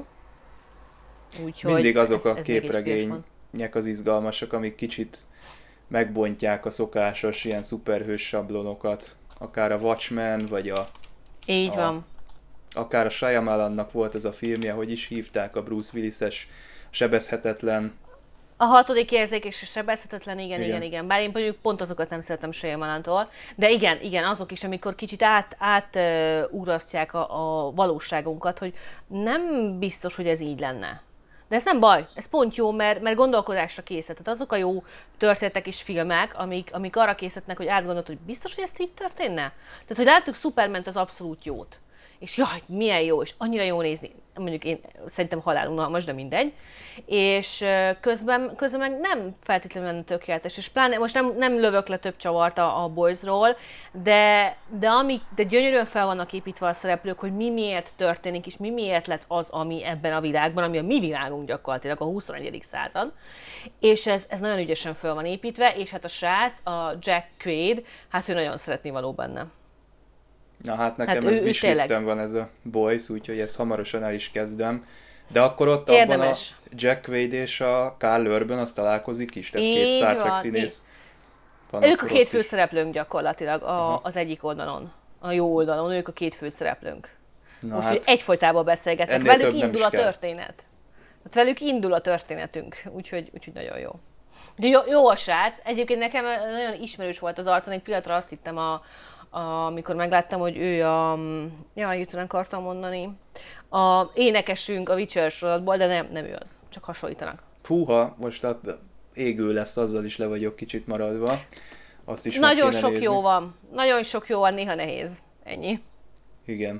Úgyhogy mindig azok ez, a ez képregények az izgalmasak, amik kicsit megbontják a szokásos ilyen szuperhős sablonokat. Akár a Watchmen, vagy a... Így a, van. Akár a Shyamalannak volt ez a filmje, hogy is hívták, a Bruce Willis-es sebezhetetlen A hatodik érzék és a sebezhetetlen, igen, igen, Igen. igen, igen. Bár én mondjuk pont azokat nem szeretem Shyamalan-tól, de igen, igen, azok is, amikor kicsit át, át uh, urasztják a, a valóságunkat, hogy nem biztos, hogy ez így lenne. De ez nem baj, ez pont jó, mert, mert gondolkodásra készít. Tehát azok a jó történetek és filmek, amik, amik arra készítnek, hogy átgondolt, hogy biztos, hogy ezt így történne? Tehát, hogy láttuk Superman-t az abszolút jót. És jaj, milyen jó, és annyira jó nézni. Mondjuk én szerintem halálunalmas, de mindegy. És közben, közben meg nem feltétlenül lenne tökéletes. És pláne most nem, nem lövök le több csavart a, a Boysról, de, de, ami, de gyönyörűen fel vannak építve a szereplők, hogy mi miért történik, és mi miért lett az, ami ebben a világban, ami a mi világunk gyakorlatilag, a huszonegyedik század. És ez, ez nagyon ügyesen fel van építve, és hát a srác, a Jack Quaid, hát ő nagyon szeretni való benne. Na hát nekem Hát ez ő- ő wishlisten van ez a Boys, úgyhogy ezt hamarosan el is kezdem. De akkor ott abban a Érdemes. Jack Quaid és a Carl Urban az találkozik is, tehát két Így Star Trek van, színész. van Ők a akkor két ott is. főszereplőnk gyakorlatilag a, az egyik oldalon, a jó oldalon, ők a két főszereplőnk. Na Úgyhogy hát, egyfolytában beszélgetnek, ennél velük több nem indul is a kell. történet. Hát velük indul a történetünk, úgyhogy, úgyhogy nagyon jó. De jó, jó a srác, egyébként nekem nagyon ismerős volt az arcon, egy pillanatra azt hittem, a, a, amikor megláttam, hogy ő a, ja, hirtelen akartam mondani, a énekesünk a Witcher sorozatból, de nem, nem ő az, csak hasonlítanak. Fúha, most hát égő lesz, azzal is le vagyok kicsit maradva. Azt is meg Nagyon kéne sok nézni. jó van, nagyon sok jó van, néha nehéz. Ennyi. Igen.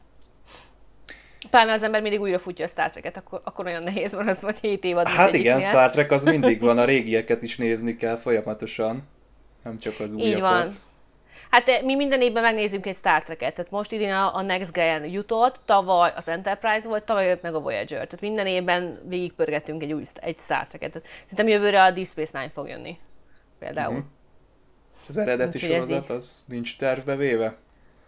Pláne az ember mindig újra futja a Star Trek-et, akkor, akkor nagyon nehéz van az, vagy hét évad. Hát igen, mindegyiknél. Star Trek az mindig van, a régieket is nézni kell folyamatosan. Nem csak az újakat. Így van. Hát eh, mi minden évben megnézzünk egy Star Trek-et. Tehát most idén a, a Next Gen jutott, tavaly az Enterprise volt, tavaly jött meg a Voyager. Tehát minden évben végigpörgetünk egy új egy Star Treket. Tehát szerintem jövőre a Deep Space Nine fog jönni. Például. Mhm. Az eredeti Úgyhogy ez sorozat az nincs tervbe véve?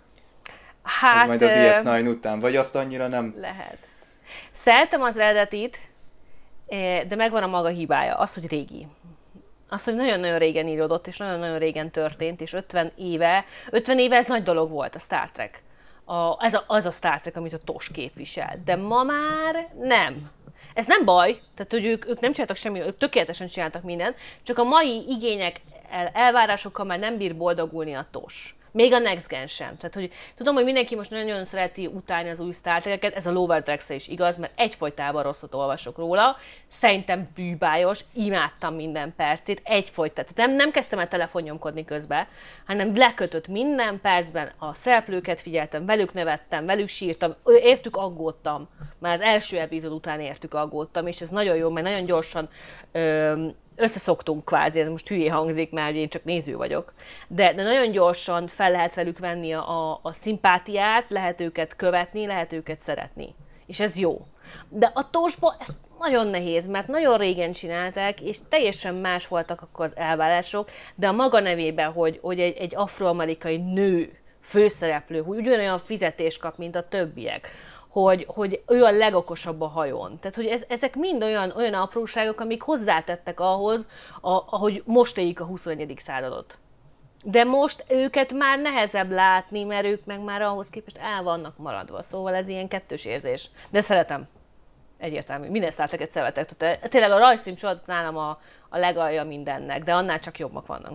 Hát, Az majd a D S eh, kilenc után, vagy azt annyira nem? lehet. Szeretem az eredetit, eh, de megvan a maga hibája. Az, hogy régi. Az, hogy nagyon-nagyon régen íródott, és nagyon-nagyon régen történt, és ötven éve, ötven éve ez nagy dolog volt a Star Trek. A, ez a, az a Star Trek, amit a TOS képvisel. De ma már nem. Ez nem baj, tehát hogy ők, ők nem csináltak semmi, ők tökéletesen csináltak mindent, csak a mai igények, el, elvárásokkal már nem bír boldogulni a TOS. Még a Next Gen sem. Tehát, hogy tudom, hogy mindenki most nagyon szereti utálni az új Star Trek-eket, ez a Lower Decks-re is igaz, mert egyfolytában rosszat olvasok róla. Szerintem bűbájos, imádtam minden percét, egyfolytában. Tehát nem, nem kezdtem el telefonnyomkodni közben, hanem lekötött minden percben, a szereplőket figyeltem, velük nevettem, velük sírtam, értük aggódtam. Már az első epizód után értük aggódtam, és ez nagyon jó, mert nagyon gyorsan ö, összeszoktunk kvázi, ez most hülyé hangzik, mert én csak néző vagyok, de, de nagyon gyorsan fel lehet velük venni a, a, a szimpátiát, lehet őket követni, lehet őket szeretni. És ez jó. De a tosból ez nagyon nehéz, mert nagyon régen csinálták, és teljesen más voltak akkor az elvárások, de a maga nevében, hogy, hogy egy, egy afroamerikai nő főszereplő, hogy ugyanolyan fizetést kap, mint a többiek, hogy, hogy ő a legokosabb a hajón. Tehát, hogy ez, ezek mind olyan, olyan apróságok, amik hozzátettek ahhoz, a, ahogy most éljük a huszonegyedik századot. De most őket már nehezebb látni, mert ők meg már ahhoz képest el vannak maradva. Szóval ez ilyen kettős érzés. De szeretem. Egyértelmű. Minden Star Trek-et szeretek. Tehát tényleg a rajzfilm sorozat nálam a, a legalja mindennek, de annál csak jobbak vannak.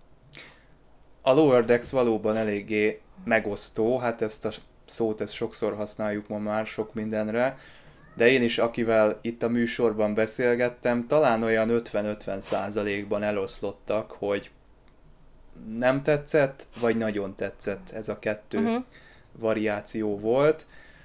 A Lower Decks valóban eléggé megosztó, hát ezt a szót ezt sokszor használjuk ma már sok mindenre, de én is, akivel itt a műsorban beszélgettem, talán olyan ötven-ötven százalékban eloszlottak, hogy nem tetszett, vagy nagyon tetszett, ez a kettő uh-huh. variáció volt.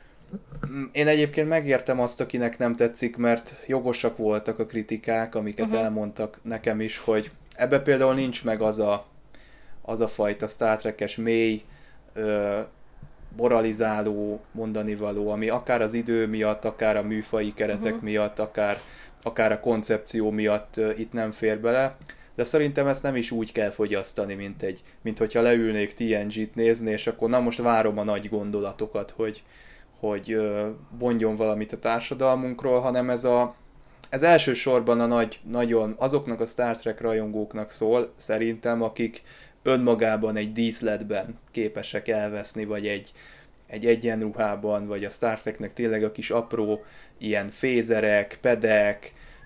Én egyébként megértem azt, akinek nem tetszik, mert jogosak voltak a kritikák, amiket uh-huh. elmondtak nekem is, hogy ebbe például nincs meg az a, az a fajta Star Trek-es mély, ö, moralizáló mondani való, ami akár az idő miatt, akár a műfaji keretek uh-huh. miatt, akár, akár a koncepció miatt uh, itt nem fér bele. De szerintem ezt nem is úgy kell fogyasztani, mint, egy, mint hogyha leülnék té en gét nézni, és akkor na most várom a nagy gondolatokat, hogy, hogy uh, mondjon valamit a társadalmunkról, hanem ez a ez elsősorban a nagy, nagyon azoknak a Star Trek rajongóknak szól, szerintem, akik önmagában egy díszletben képesek elveszni, vagy egy, egy egyenruhában, vagy a Star Treknek tényleg a kis apró ilyen fézerek, pedek,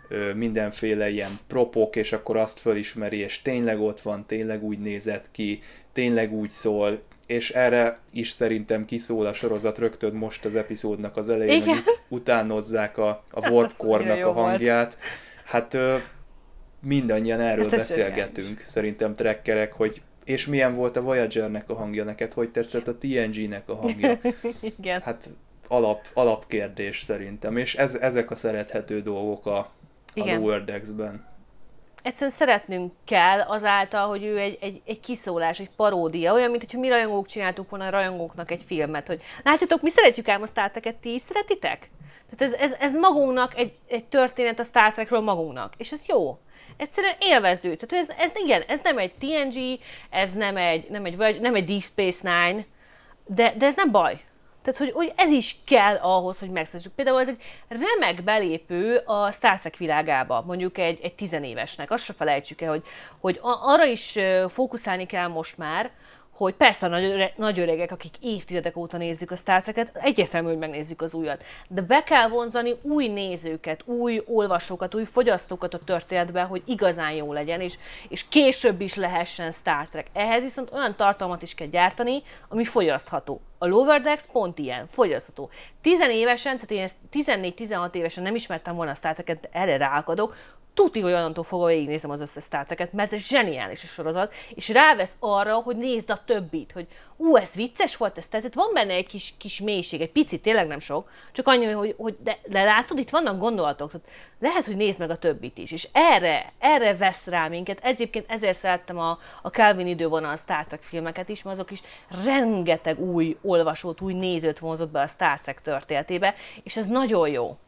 ö, mindenféle ilyen propok, és akkor azt fölismeri, és tényleg ott van, tényleg úgy nézett ki, tényleg úgy szól, és erre is szerintem kiszól a sorozat rögtön most az epizódnak az elején, Igen. hogy utánozzák a, a Hát Warpcore-nak a hangját. Volt. Hát ö, mindannyian erről Hát beszélgetünk, szerintem trekkerek, hogy és milyen volt a Voyager-nek a hangja neked, hogy tetszett a té en gé-nek a hangja. Igen. Hát alap, alapkérdés szerintem, és ez, ezek a szerethető dolgok a, a Lower Decks-ben. Egyszerűen szeretnünk kell azáltal, hogy ő egy, egy, egy kiszólás, egy paródia, olyan, mint hogyha mi rajongók csináltuk volna a rajongóknak egy filmet, hogy látjátok, mi szeretjük ám a Star Trek-et, ti is szeretitek? Tehát ez, ez, ez magunknak egy, egy történet a Star Trekről magunknak, és ez jó. Egyszerűen élvező. Tehát ez, ez igen, ez nem egy té en gé, ez nem egy, nem egy, nem egy Deep Space Nine, de, de ez nem baj. Tehát, hogy, hogy ez is kell ahhoz, hogy megszeressük. Például ez egy remek belépő a Star Trek világába, mondjuk egy, egy tizenévesnek. Azt se felejtsük el, hogy, hogy arra is fókuszálni kell most már, hogy persze a nagy, nagy öregek, akik évtizedek óta nézzük a Star Trek-et, egyértelmű, hogy megnézzük az újat. De be kell vonzani új nézőket, új olvasókat, új fogyasztókat a történetbe, hogy igazán jó legyen, és, és később is lehessen Star Trek. Ehhez viszont olyan tartalmat is kell gyártani, ami fogyasztható. A Lower Decks pont ilyen, fogyasztható. Tizenévesen, tehát én ezt tizennégy-tizenhat évesen nem ismertem volna a Star Trek-et, erre ráakadok, tuti, hogy onnantól fogva végignézem az összes Star Trek-et, mert ez zseniális a sorozat, és rávesz arra, hogy nézd a többit, hogy ú, ez vicces volt, ez tehát van benne egy kis, kis mélység, egy picit, tényleg nem sok, csak annyi, hogy, hogy de, de látod, itt vannak gondolatok, tehát lehet, hogy nézd meg a többit is, és erre, erre vesz rá minket, egyébként ezért szerettem a, a Kelvin idővonal Star Trek filmeket is, mert azok is rengeteg új olvasót, új nézőt vonzott be a Star Trek történetébe, és ez nagyon jó.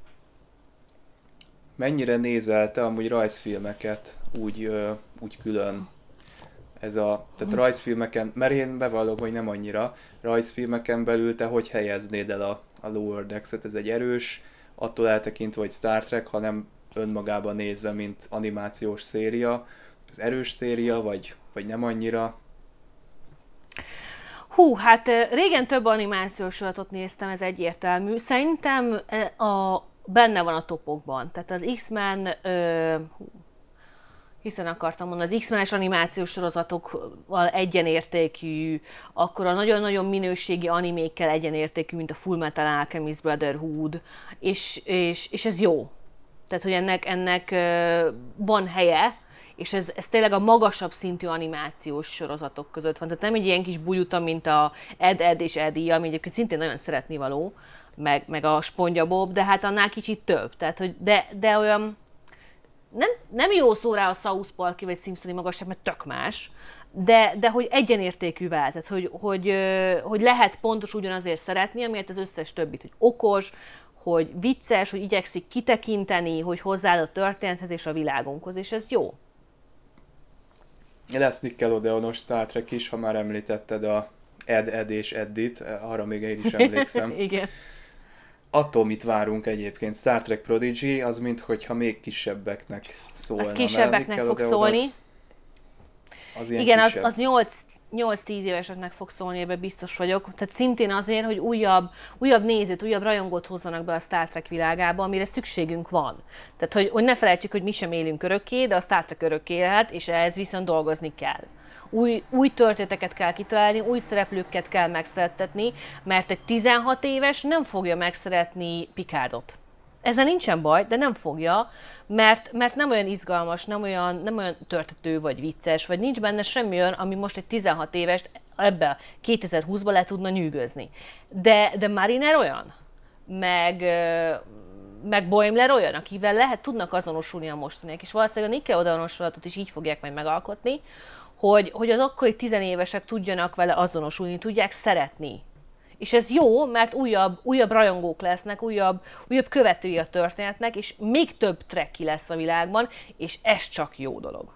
Mennyire nézel te amúgy rajzfilmeket úgy, ö, úgy külön? Ez a, tehát rajzfilmeken, mert én bevallom, hogy nem annyira, rajzfilmeken belül te hogy helyeznéd el a, a Lower Decks-et? Ez egy erős, attól eltekintve, hogy Star Trek, hanem önmagában nézve, mint animációs széria. Ez erős széria, vagy, vagy nem annyira? Hú, hát régen több animációs sorozatot néztem, ez egyértelmű. Szerintem a benne van a topokban. Tehát az X-Men, ö, hirtelen akartam mondani, az X-menes animációs sorozatokkal egyenértékű, akkor a nagyon-nagyon minőségi animékkel egyenértékű, mint a Fullmetal Alchemist Brotherhood, és, és, és ez jó. Tehát, hogy ennek, ennek ö, van helye, és ez, ez tényleg a magasabb szintű animációs sorozatok között van. Tehát nem egy ilyen kis bujuta, mint a Ed, Ed és Eddie, ami egyébként szintén nagyon szeretnivaló, meg, meg a SpongeBob, de hát annál kicsit több. Tehát, hogy de, de olyan nem, nem jó szó rá a South Park-i vagy Simpsoni magasság, mert tök más, de, de hogy egyenértékű vált, tehát hogy, hogy, hogy lehet pontos ugyanazért szeretni, amiért az összes többit, hogy okos, hogy vicces, hogy igyekszik kitekinteni, hogy hozzááll a történethez és a világunkhoz, és ez jó. Lesz Nickelodeonos Star Trek is, ha már említetted a Ed, Ed és Eddit, arra még én is emlékszem. Igen. Attól mit várunk egyébként? Star Trek Prodigy, az minthogyha még kisebbeknek szólna. Az kisebbeknek fog szólni. Az, az ilyen igen, kisebb. az, az nyolc-tíz éveseknek fog szólni, ebben biztos vagyok. Tehát szintén azért, hogy újabb, újabb nézőt, újabb rajongót hozzanak be a Star Trek világába, amire szükségünk van. Tehát, hogy, hogy ne felejtsük, hogy mi sem élünk örökké, de a Star Trek örökké élhet, és ehhez viszont dolgozni kell. Új, új történeteket kell kitalálni, új szereplőket kell megszerettetni, mert egy tizenhat éves nem fogja megszeretni Picardot. Ezzel nincsen baj, de nem fogja, mert, mert nem olyan izgalmas, nem olyan, nem olyan törtető vagy vicces, vagy nincs benne semmi olyan, ami most egy tizenhat évest ebbe a kétezer-húszba le tudna nyűgözni. De, de Mariner olyan, meg, meg Boimler olyan, akivel lehet, tudnak azonosulni a mostaniak, és valószínűleg a Nickelodeonos sorozatot is így fogják majd megalkotni, hogy, hogy az akkori tizenévesek tudjanak vele azonosulni, tudják szeretni. És ez jó, mert újabb, újabb rajongók lesznek, újabb, újabb követői a történetnek, és még több trekki lesz a világban, és ez csak jó dolog.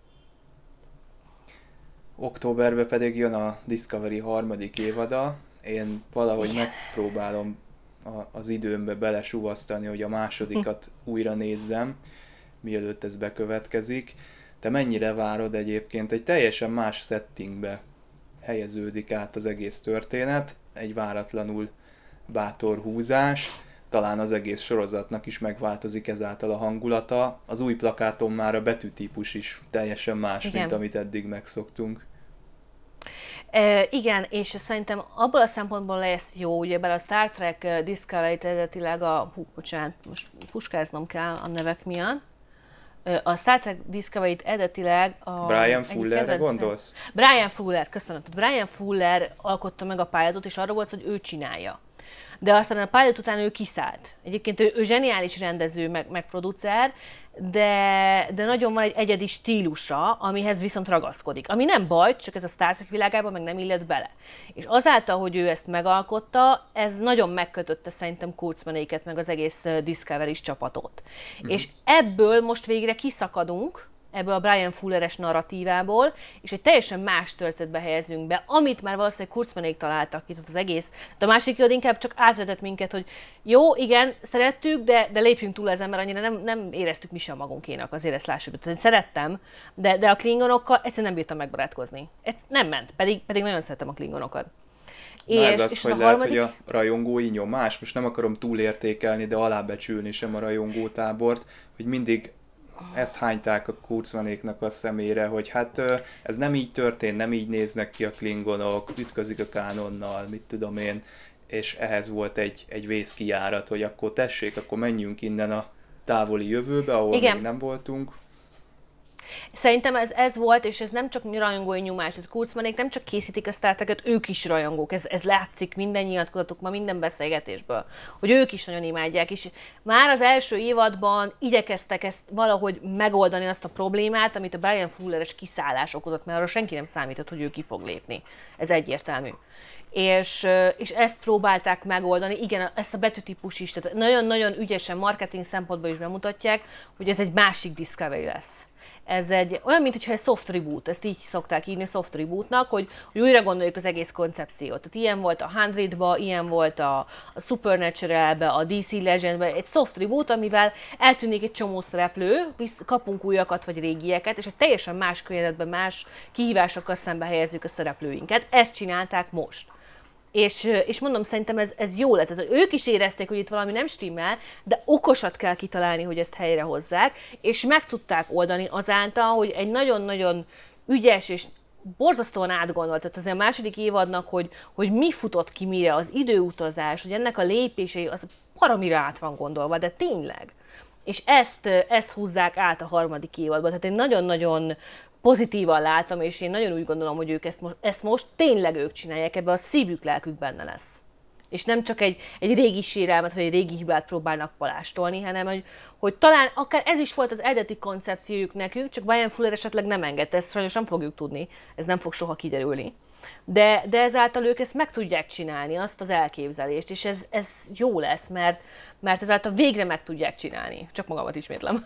Októberben pedig jön a Discovery harmadik évada. Én valahogy Igen. megpróbálom a, az időmbe belesúvasztani, hogy a másodikat újra nézzem, mielőtt ez bekövetkezik. Te mennyire várod egyébként? Egy teljesen más settingbe helyeződik át az egész történet, egy váratlanul bátor húzás. talán az egész sorozatnak is megváltozik ezáltal a hangulata. Az új plakáton már a betűtípus is teljesen más, Igen. mint amit eddig megszoktunk. E, igen, és szerintem abból a szempontból lesz jó, ugyebár a Star Trek Discovery-t eredetileg a... Hú, bocsánat, most puskáznom kell a nevek miatt. A Star Trek Discovery-t eredetileg a... Brian Fullerre gondolsz? Brian Fuller, köszönöm. Brian Fuller alkotta meg a pilotot, és arra volt, hogy ő csinálja. De aztán a pilot után ő kiszállt. Egyébként ő, ő zseniális rendező, meg, meg producer, de, de nagyon van egy egyedi stílusa, amihez viszont ragaszkodik. Ami nem baj, csak ez a Star Trek világában meg nem illet bele. És azáltal, hogy ő ezt megalkotta, ez nagyon megkötötte szerintem Kurtzmanéket, meg az egész Discovery-s csapatot. Mm. És ebből most végre kiszakadunk, ebből a Brian Fulleres narratívából, és egy teljesen más történetbe helyezünk be, amit már valószínűleg Kurtzmanék találtak itt az egész. De a másik irány inkább csak átvetett minket, hogy jó, igen, szerettük, de, de lépjünk túl ezen, mert annyira nem, nem éreztük mi sem magunkénak, azért ezt lássuk. Tehát szerettem, de, de a klingonokkal egyszerűen nem bírtam megbarátkozni. Ez nem ment, pedig, pedig nagyon szeretem a klingonokat. Na és, ez az, és hogy az lehet, harmadik... hogy a rajongói nyomás, most nem akarom túlértékelni, de alábecsülni sem a rajongótábort, hogy mindig ezt hányták a Kurtzmanéknak a szemére, hogy hát ez nem így történt, nem így néznek ki a klingonok, ütközik a kánonnal, mit tudom én, és ehhez volt egy, egy vészkijárat, hogy akkor tessék, akkor menjünk innen a távoli jövőbe, ahol Igen. még nem voltunk. Szerintem ez, ez volt, és ez nem csak rajongói nyomás, tehát Kurtzmanék nem csak készítik a Star Trek-et, ők is rajongók, ez, ez látszik minden nyilatkozatuk, ma minden beszélgetésből, hogy ők is nagyon imádják, és már az első évadban igyekeztek ezt valahogy megoldani azt a problémát, amit a Brian Fulleres kiszállás okozott, mert arra senki nem számított, hogy ő ki fog lépni. Ez egyértelmű. És, és ezt próbálták megoldani, igen, ezt a betűtípus is, tehát nagyon-nagyon ügyesen marketing szempontból is bemutatják, hogy ez egy másik Discovery lesz. Ez egy olyan, mintha egy soft reboot, ezt így szokták írni soft rebootnak, hogy, hogy újra gondoljuk az egész koncepciót. Tehát ilyen volt a százba, ilyen volt a, a Supernatural-be, a dé cé Legend-be, egy soft reboot, amivel eltűnik egy csomó szereplő, kapunk újakat vagy régieket, és egy teljesen más környezetben, más kihívásokkal szembe helyezzük a szereplőinket. Ezt csinálták most. És, és mondom, szerintem ez, ez jó lett. Tehát ők is érezték, hogy itt valami nem stimmel, de okosat kell kitalálni, hogy ezt helyre hozzák, és meg tudták oldani azáltal, hogy egy nagyon-nagyon ügyes és borzasztóan átgondolt, tehát azért a második évadnak, hogy, hogy mi futott ki mire, az időutazás, hogy ennek a lépései, az paramira át van gondolva, de tényleg. És ezt, ezt húzzák át a harmadik évadban. Tehát egy nagyon-nagyon pozitívan látom, és én nagyon úgy gondolom, hogy ők ezt most, ezt most tényleg ők csinálják, ebben a szívük, lelkük benne lesz. És nem csak egy, egy régi sérelmet, vagy egy régi hibát próbálnak palástolni, hanem hogy, hogy talán akár ez is volt az eredeti koncepciójuk nekünk, csak Brian Fuller esetleg nem engedte, ezt sajnos nem fogjuk tudni, ez nem fog soha kiderülni. De, de ezáltal ők ezt meg tudják csinálni, azt az elképzelést, és ez, ez jó lesz, mert, mert ezáltal végre meg tudják csinálni. Csak magamat ismétlem.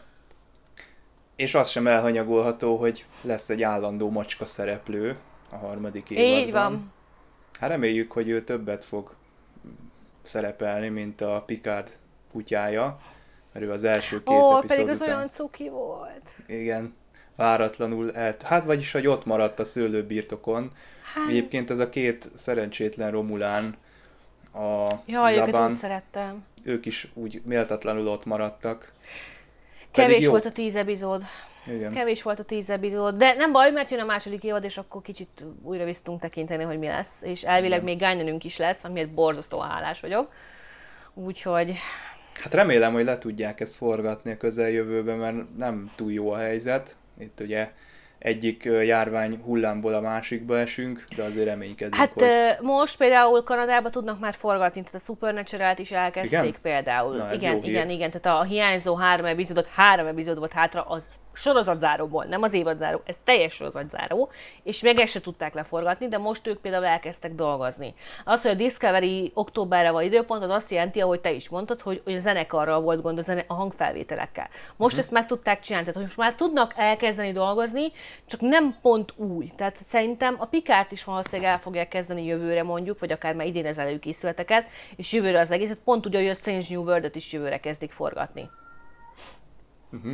És az sem elhanyagolható, hogy lesz egy állandó macska szereplő a harmadik évadban. Így van. Hát reméljük, hogy ő többet fog szerepelni, mint a Picard kutyája, mert ő az első két Ó, epizód pedig az után... olyan cuki volt. Igen, váratlanul el... Hát vagyis, hogy ott maradt a szőlőbirtokon. Hát... Egyébként ez a két szerencsétlen Romulán, a Jaj, Zsaban, őket úgy szerettem. Ők is úgy méltatlanul ott maradtak. Kevés jó. Volt a tíz epizód. Igen. Kevés volt a tíz epizód, de nem baj, mert jön a második évad, és akkor kicsit újra vissztunk tekinteni, hogy mi lesz. És elvileg Igen. még Guinanünk is lesz, amiért borzasztóan hálás vagyok. Úgyhogy... Hát remélem, hogy le tudják ezt forgatni a közeljövőben, mert nem túl jó a helyzet. Itt ugye egyik járvány hullámból a másikba esünk, de azért reménykedünk, hát, hogy... Hát most például Kanadában tudnak már forgatni, tehát a Supernatural-t is elkezdték igen? például. Na, igen, igen, igen, tehát a hiányzó három epizódot, három epizód volt hátra, az sorozatzáróból, nem az évadzáró, ez teljes sorozatzáró, és meg ezt se tudták leforgatni, de most ők például elkezdtek dolgozni. Az, hogy a Discovery októberre van időpont, az azt jelenti, ahogy te is mondtad, hogy, hogy a zenekarral volt gond, a, zene, a hangfelvételekkel. Most uh-huh. ezt meg tudták csinálni, tehát most már tudnak elkezdeni dolgozni, csak nem pont új. Tehát szerintem a Picard is valószínűleg el fogják kezdeni jövőre mondjuk, vagy akár már idén az előkészületeket, és jövőre az egészet, pont úgy, hogy a Strange New World-et is jövőre kezdik forgatni. Uh-huh.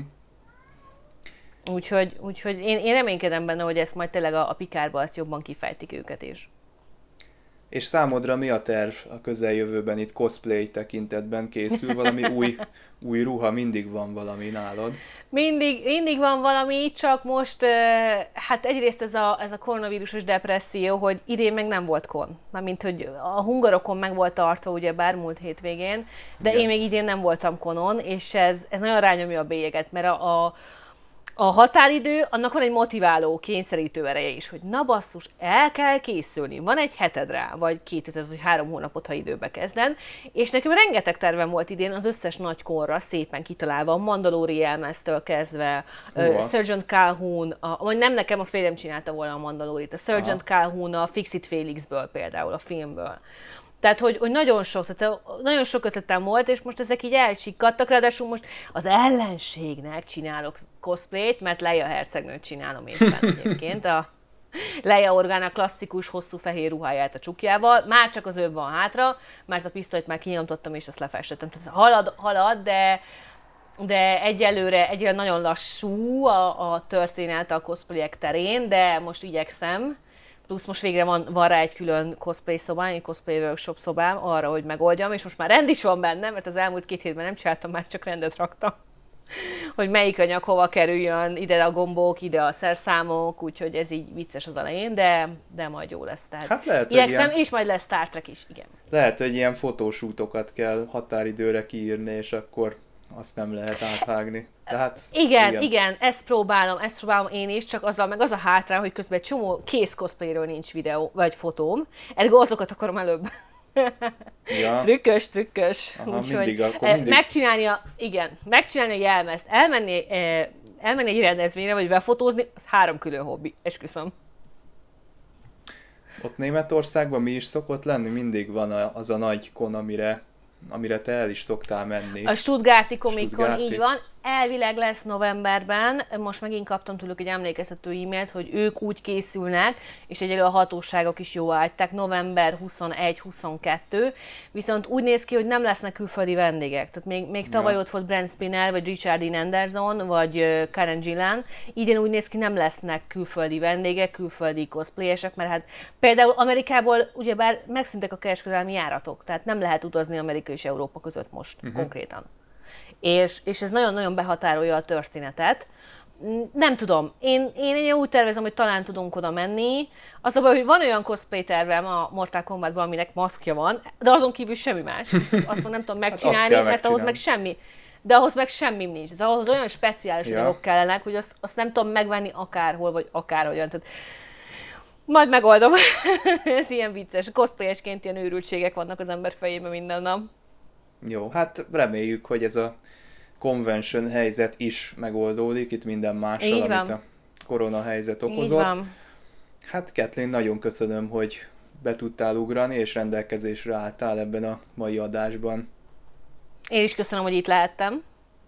Úgyhogy, úgyhogy én, én reménykedem benne, hogy ezt majd tényleg a, a Picardban azt jobban kifejtik őket is. És számodra mi a terv a közeljövőben itt cosplay tekintetben? Készül valami új, új ruha? Mindig van valami nálad? Mindig, mindig van valami, csak most, hát egyrészt ez a, ez a koronavírusos depresszió, hogy idén meg nem volt kon. Mármint, hogy a hungarokon meg volt tartva, ugye bár múlt hétvégén, de igen. Én még idén nem voltam konon, és ez, ez nagyon rányomja a bélyeget, mert a, a A határidő, annak van egy motiváló, kényszerítő ereje is, hogy na basszus, el kell készülni, van egy heted rá, vagy két heted, vagy három hónapot, ha időbe kezded, és nekem rengeteg tervem volt idén az összes nagy korra szépen kitalálva, a Mandalorian-től kezdve, uh, Sergeant Calhoun, a, vagy nem nekem, a férjem csinálta volna a Mandalorit, a Sergeant Aha. Calhoun a Fix-It Felixből például, a filmből. Tehát, hogy, hogy nagyon sok, tehát nagyon sok ötletem volt, és most ezek így elsikkadtak, ráadásul most az ellenségnek csinálok cosplayt, mert Leia hercegnőt csinálom éppen egyébként. A Leia Organa klasszikus, hosszú fehér ruháját a csukjával, már csak az öv van hátra, mert a pisztolyt már kinyomtottam, és azt lefestettem. Tehát halad, halad, de, de egyelőre, egyelőre nagyon lassú a, a történet a cosplayek terén, de most igyekszem. Plusz most végre van, van rá egy külön cosplay szobám, egy cosplay workshop szobám arra, hogy megoldjam, és most már rend is van benne, mert az elmúlt két hétben nem csináltam, már csak rendet raktam. Hogy melyik anyag hova kerüljön, ide a gombok, ide a szerszámok, úgyhogy ez így vicces az elején, de, de majd jó lesz. Tehát hát lehet, igyekszem, ilyen, és majd lesz Star Trek is, igen. Lehet, hogy ilyen fotósútokat kell határidőre kiírni, és akkor azt nem lehet átvágni. Tehát, igen, igen, igen, ezt próbálom, ezt próbálom én is, csak azzal meg az a hátrán, hogy közben egy csomó kész cosplayről nincs videó, vagy fotóm, ergo azokat akarom előbb. Ja. Trükkös, trükkös. Aha, úgyhogy mindig, akkor mindig. Megcsinálni a, igen, megcsinálni a jelmezt, elmenni, eh, elmenni egy rendezvényre, vagy befotózni, az három külön hobbi, esküszöm. Ott Németországban mi is szokott lenni? Mindig van az a nagy kon, amire, amire te el is szoktál menni. A Stuttgarti Comic Con, így van. Elvileg lesz novemberben, most megint kaptam tőlük egy emlékeztető e-mailt, hogy ők úgy készülnek, és egyelőre a hatóságok is jóváhagyták, november huszonegy huszonkettő, viszont úgy néz ki, hogy nem lesznek külföldi vendégek. Tehát még, még tavaly ja. ott volt Brent Spinell, vagy Richard Dean Anderson, vagy Karen Gillan, idén úgy néz ki, nem lesznek külföldi vendégek, külföldi cosplayesek, mert hát például Amerikából ugyebár megszűntek a kereskedelmi járatok, tehát nem lehet utazni Amerika és Európa között most uh-huh. konkrétan. És, és ez nagyon-nagyon behatárolja a történetet. Nem tudom, én, én úgy tervezem, hogy talán tudunk oda menni. Az a baj, hogy van olyan cosplay tervem a Mortal Kombatban, aminek maszkja van, de azon kívül semmi más. Azt nem tudom megcsinálni, hát mert ahhoz meg semmi. De ahhoz meg semmi nincs. De ahhoz olyan speciális ja. dolgok kellenek, hogy azt, azt nem tudom megvenni akárhol, vagy akárhogyan. Tehát majd megoldom. Ez ilyen vicces. Cosplayesként ilyen őrültségek vannak az ember fejében minden nap. Jó, hát reméljük, hogy ez a convention helyzet is megoldódik, itt minden mással, amit a korona helyzet okozott. Hát Kathleen, nagyon köszönöm, hogy be tudtál ugrani, és rendelkezésre álltál ebben a mai adásban. Én is köszönöm, hogy itt lehettem.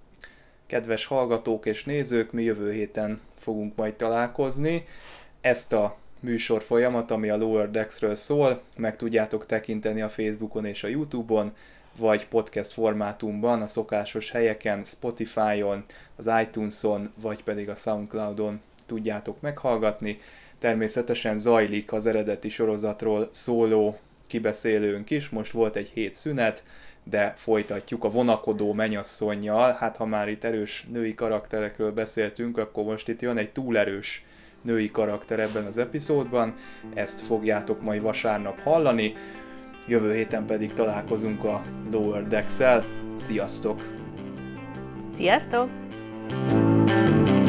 Kedves hallgatók és nézők, mi jövő héten fogunk majd találkozni. Ezt a műsor folyamat, ami a Lower Decks-ről szól, meg tudjátok tekinteni a Facebookon és a YouTube-on, vagy podcast formátumban a szokásos helyeken, Spotify-on, az iTunes-on, vagy pedig a SoundCloud-on tudjátok meghallgatni. Természetesen zajlik az eredeti sorozatról szóló kibeszélőnk is, most volt egy hét szünet, de folytatjuk a vonakodó mennyasszonnyal. Hát ha már itt erős női karakterekről beszéltünk, akkor most itt jön egy túlerős női karakter ebben az epizódban, ezt fogjátok majd vasárnap hallani. Jövő héten pedig találkozunk a Lower Decks-el. Sziasztok! Sziasztok!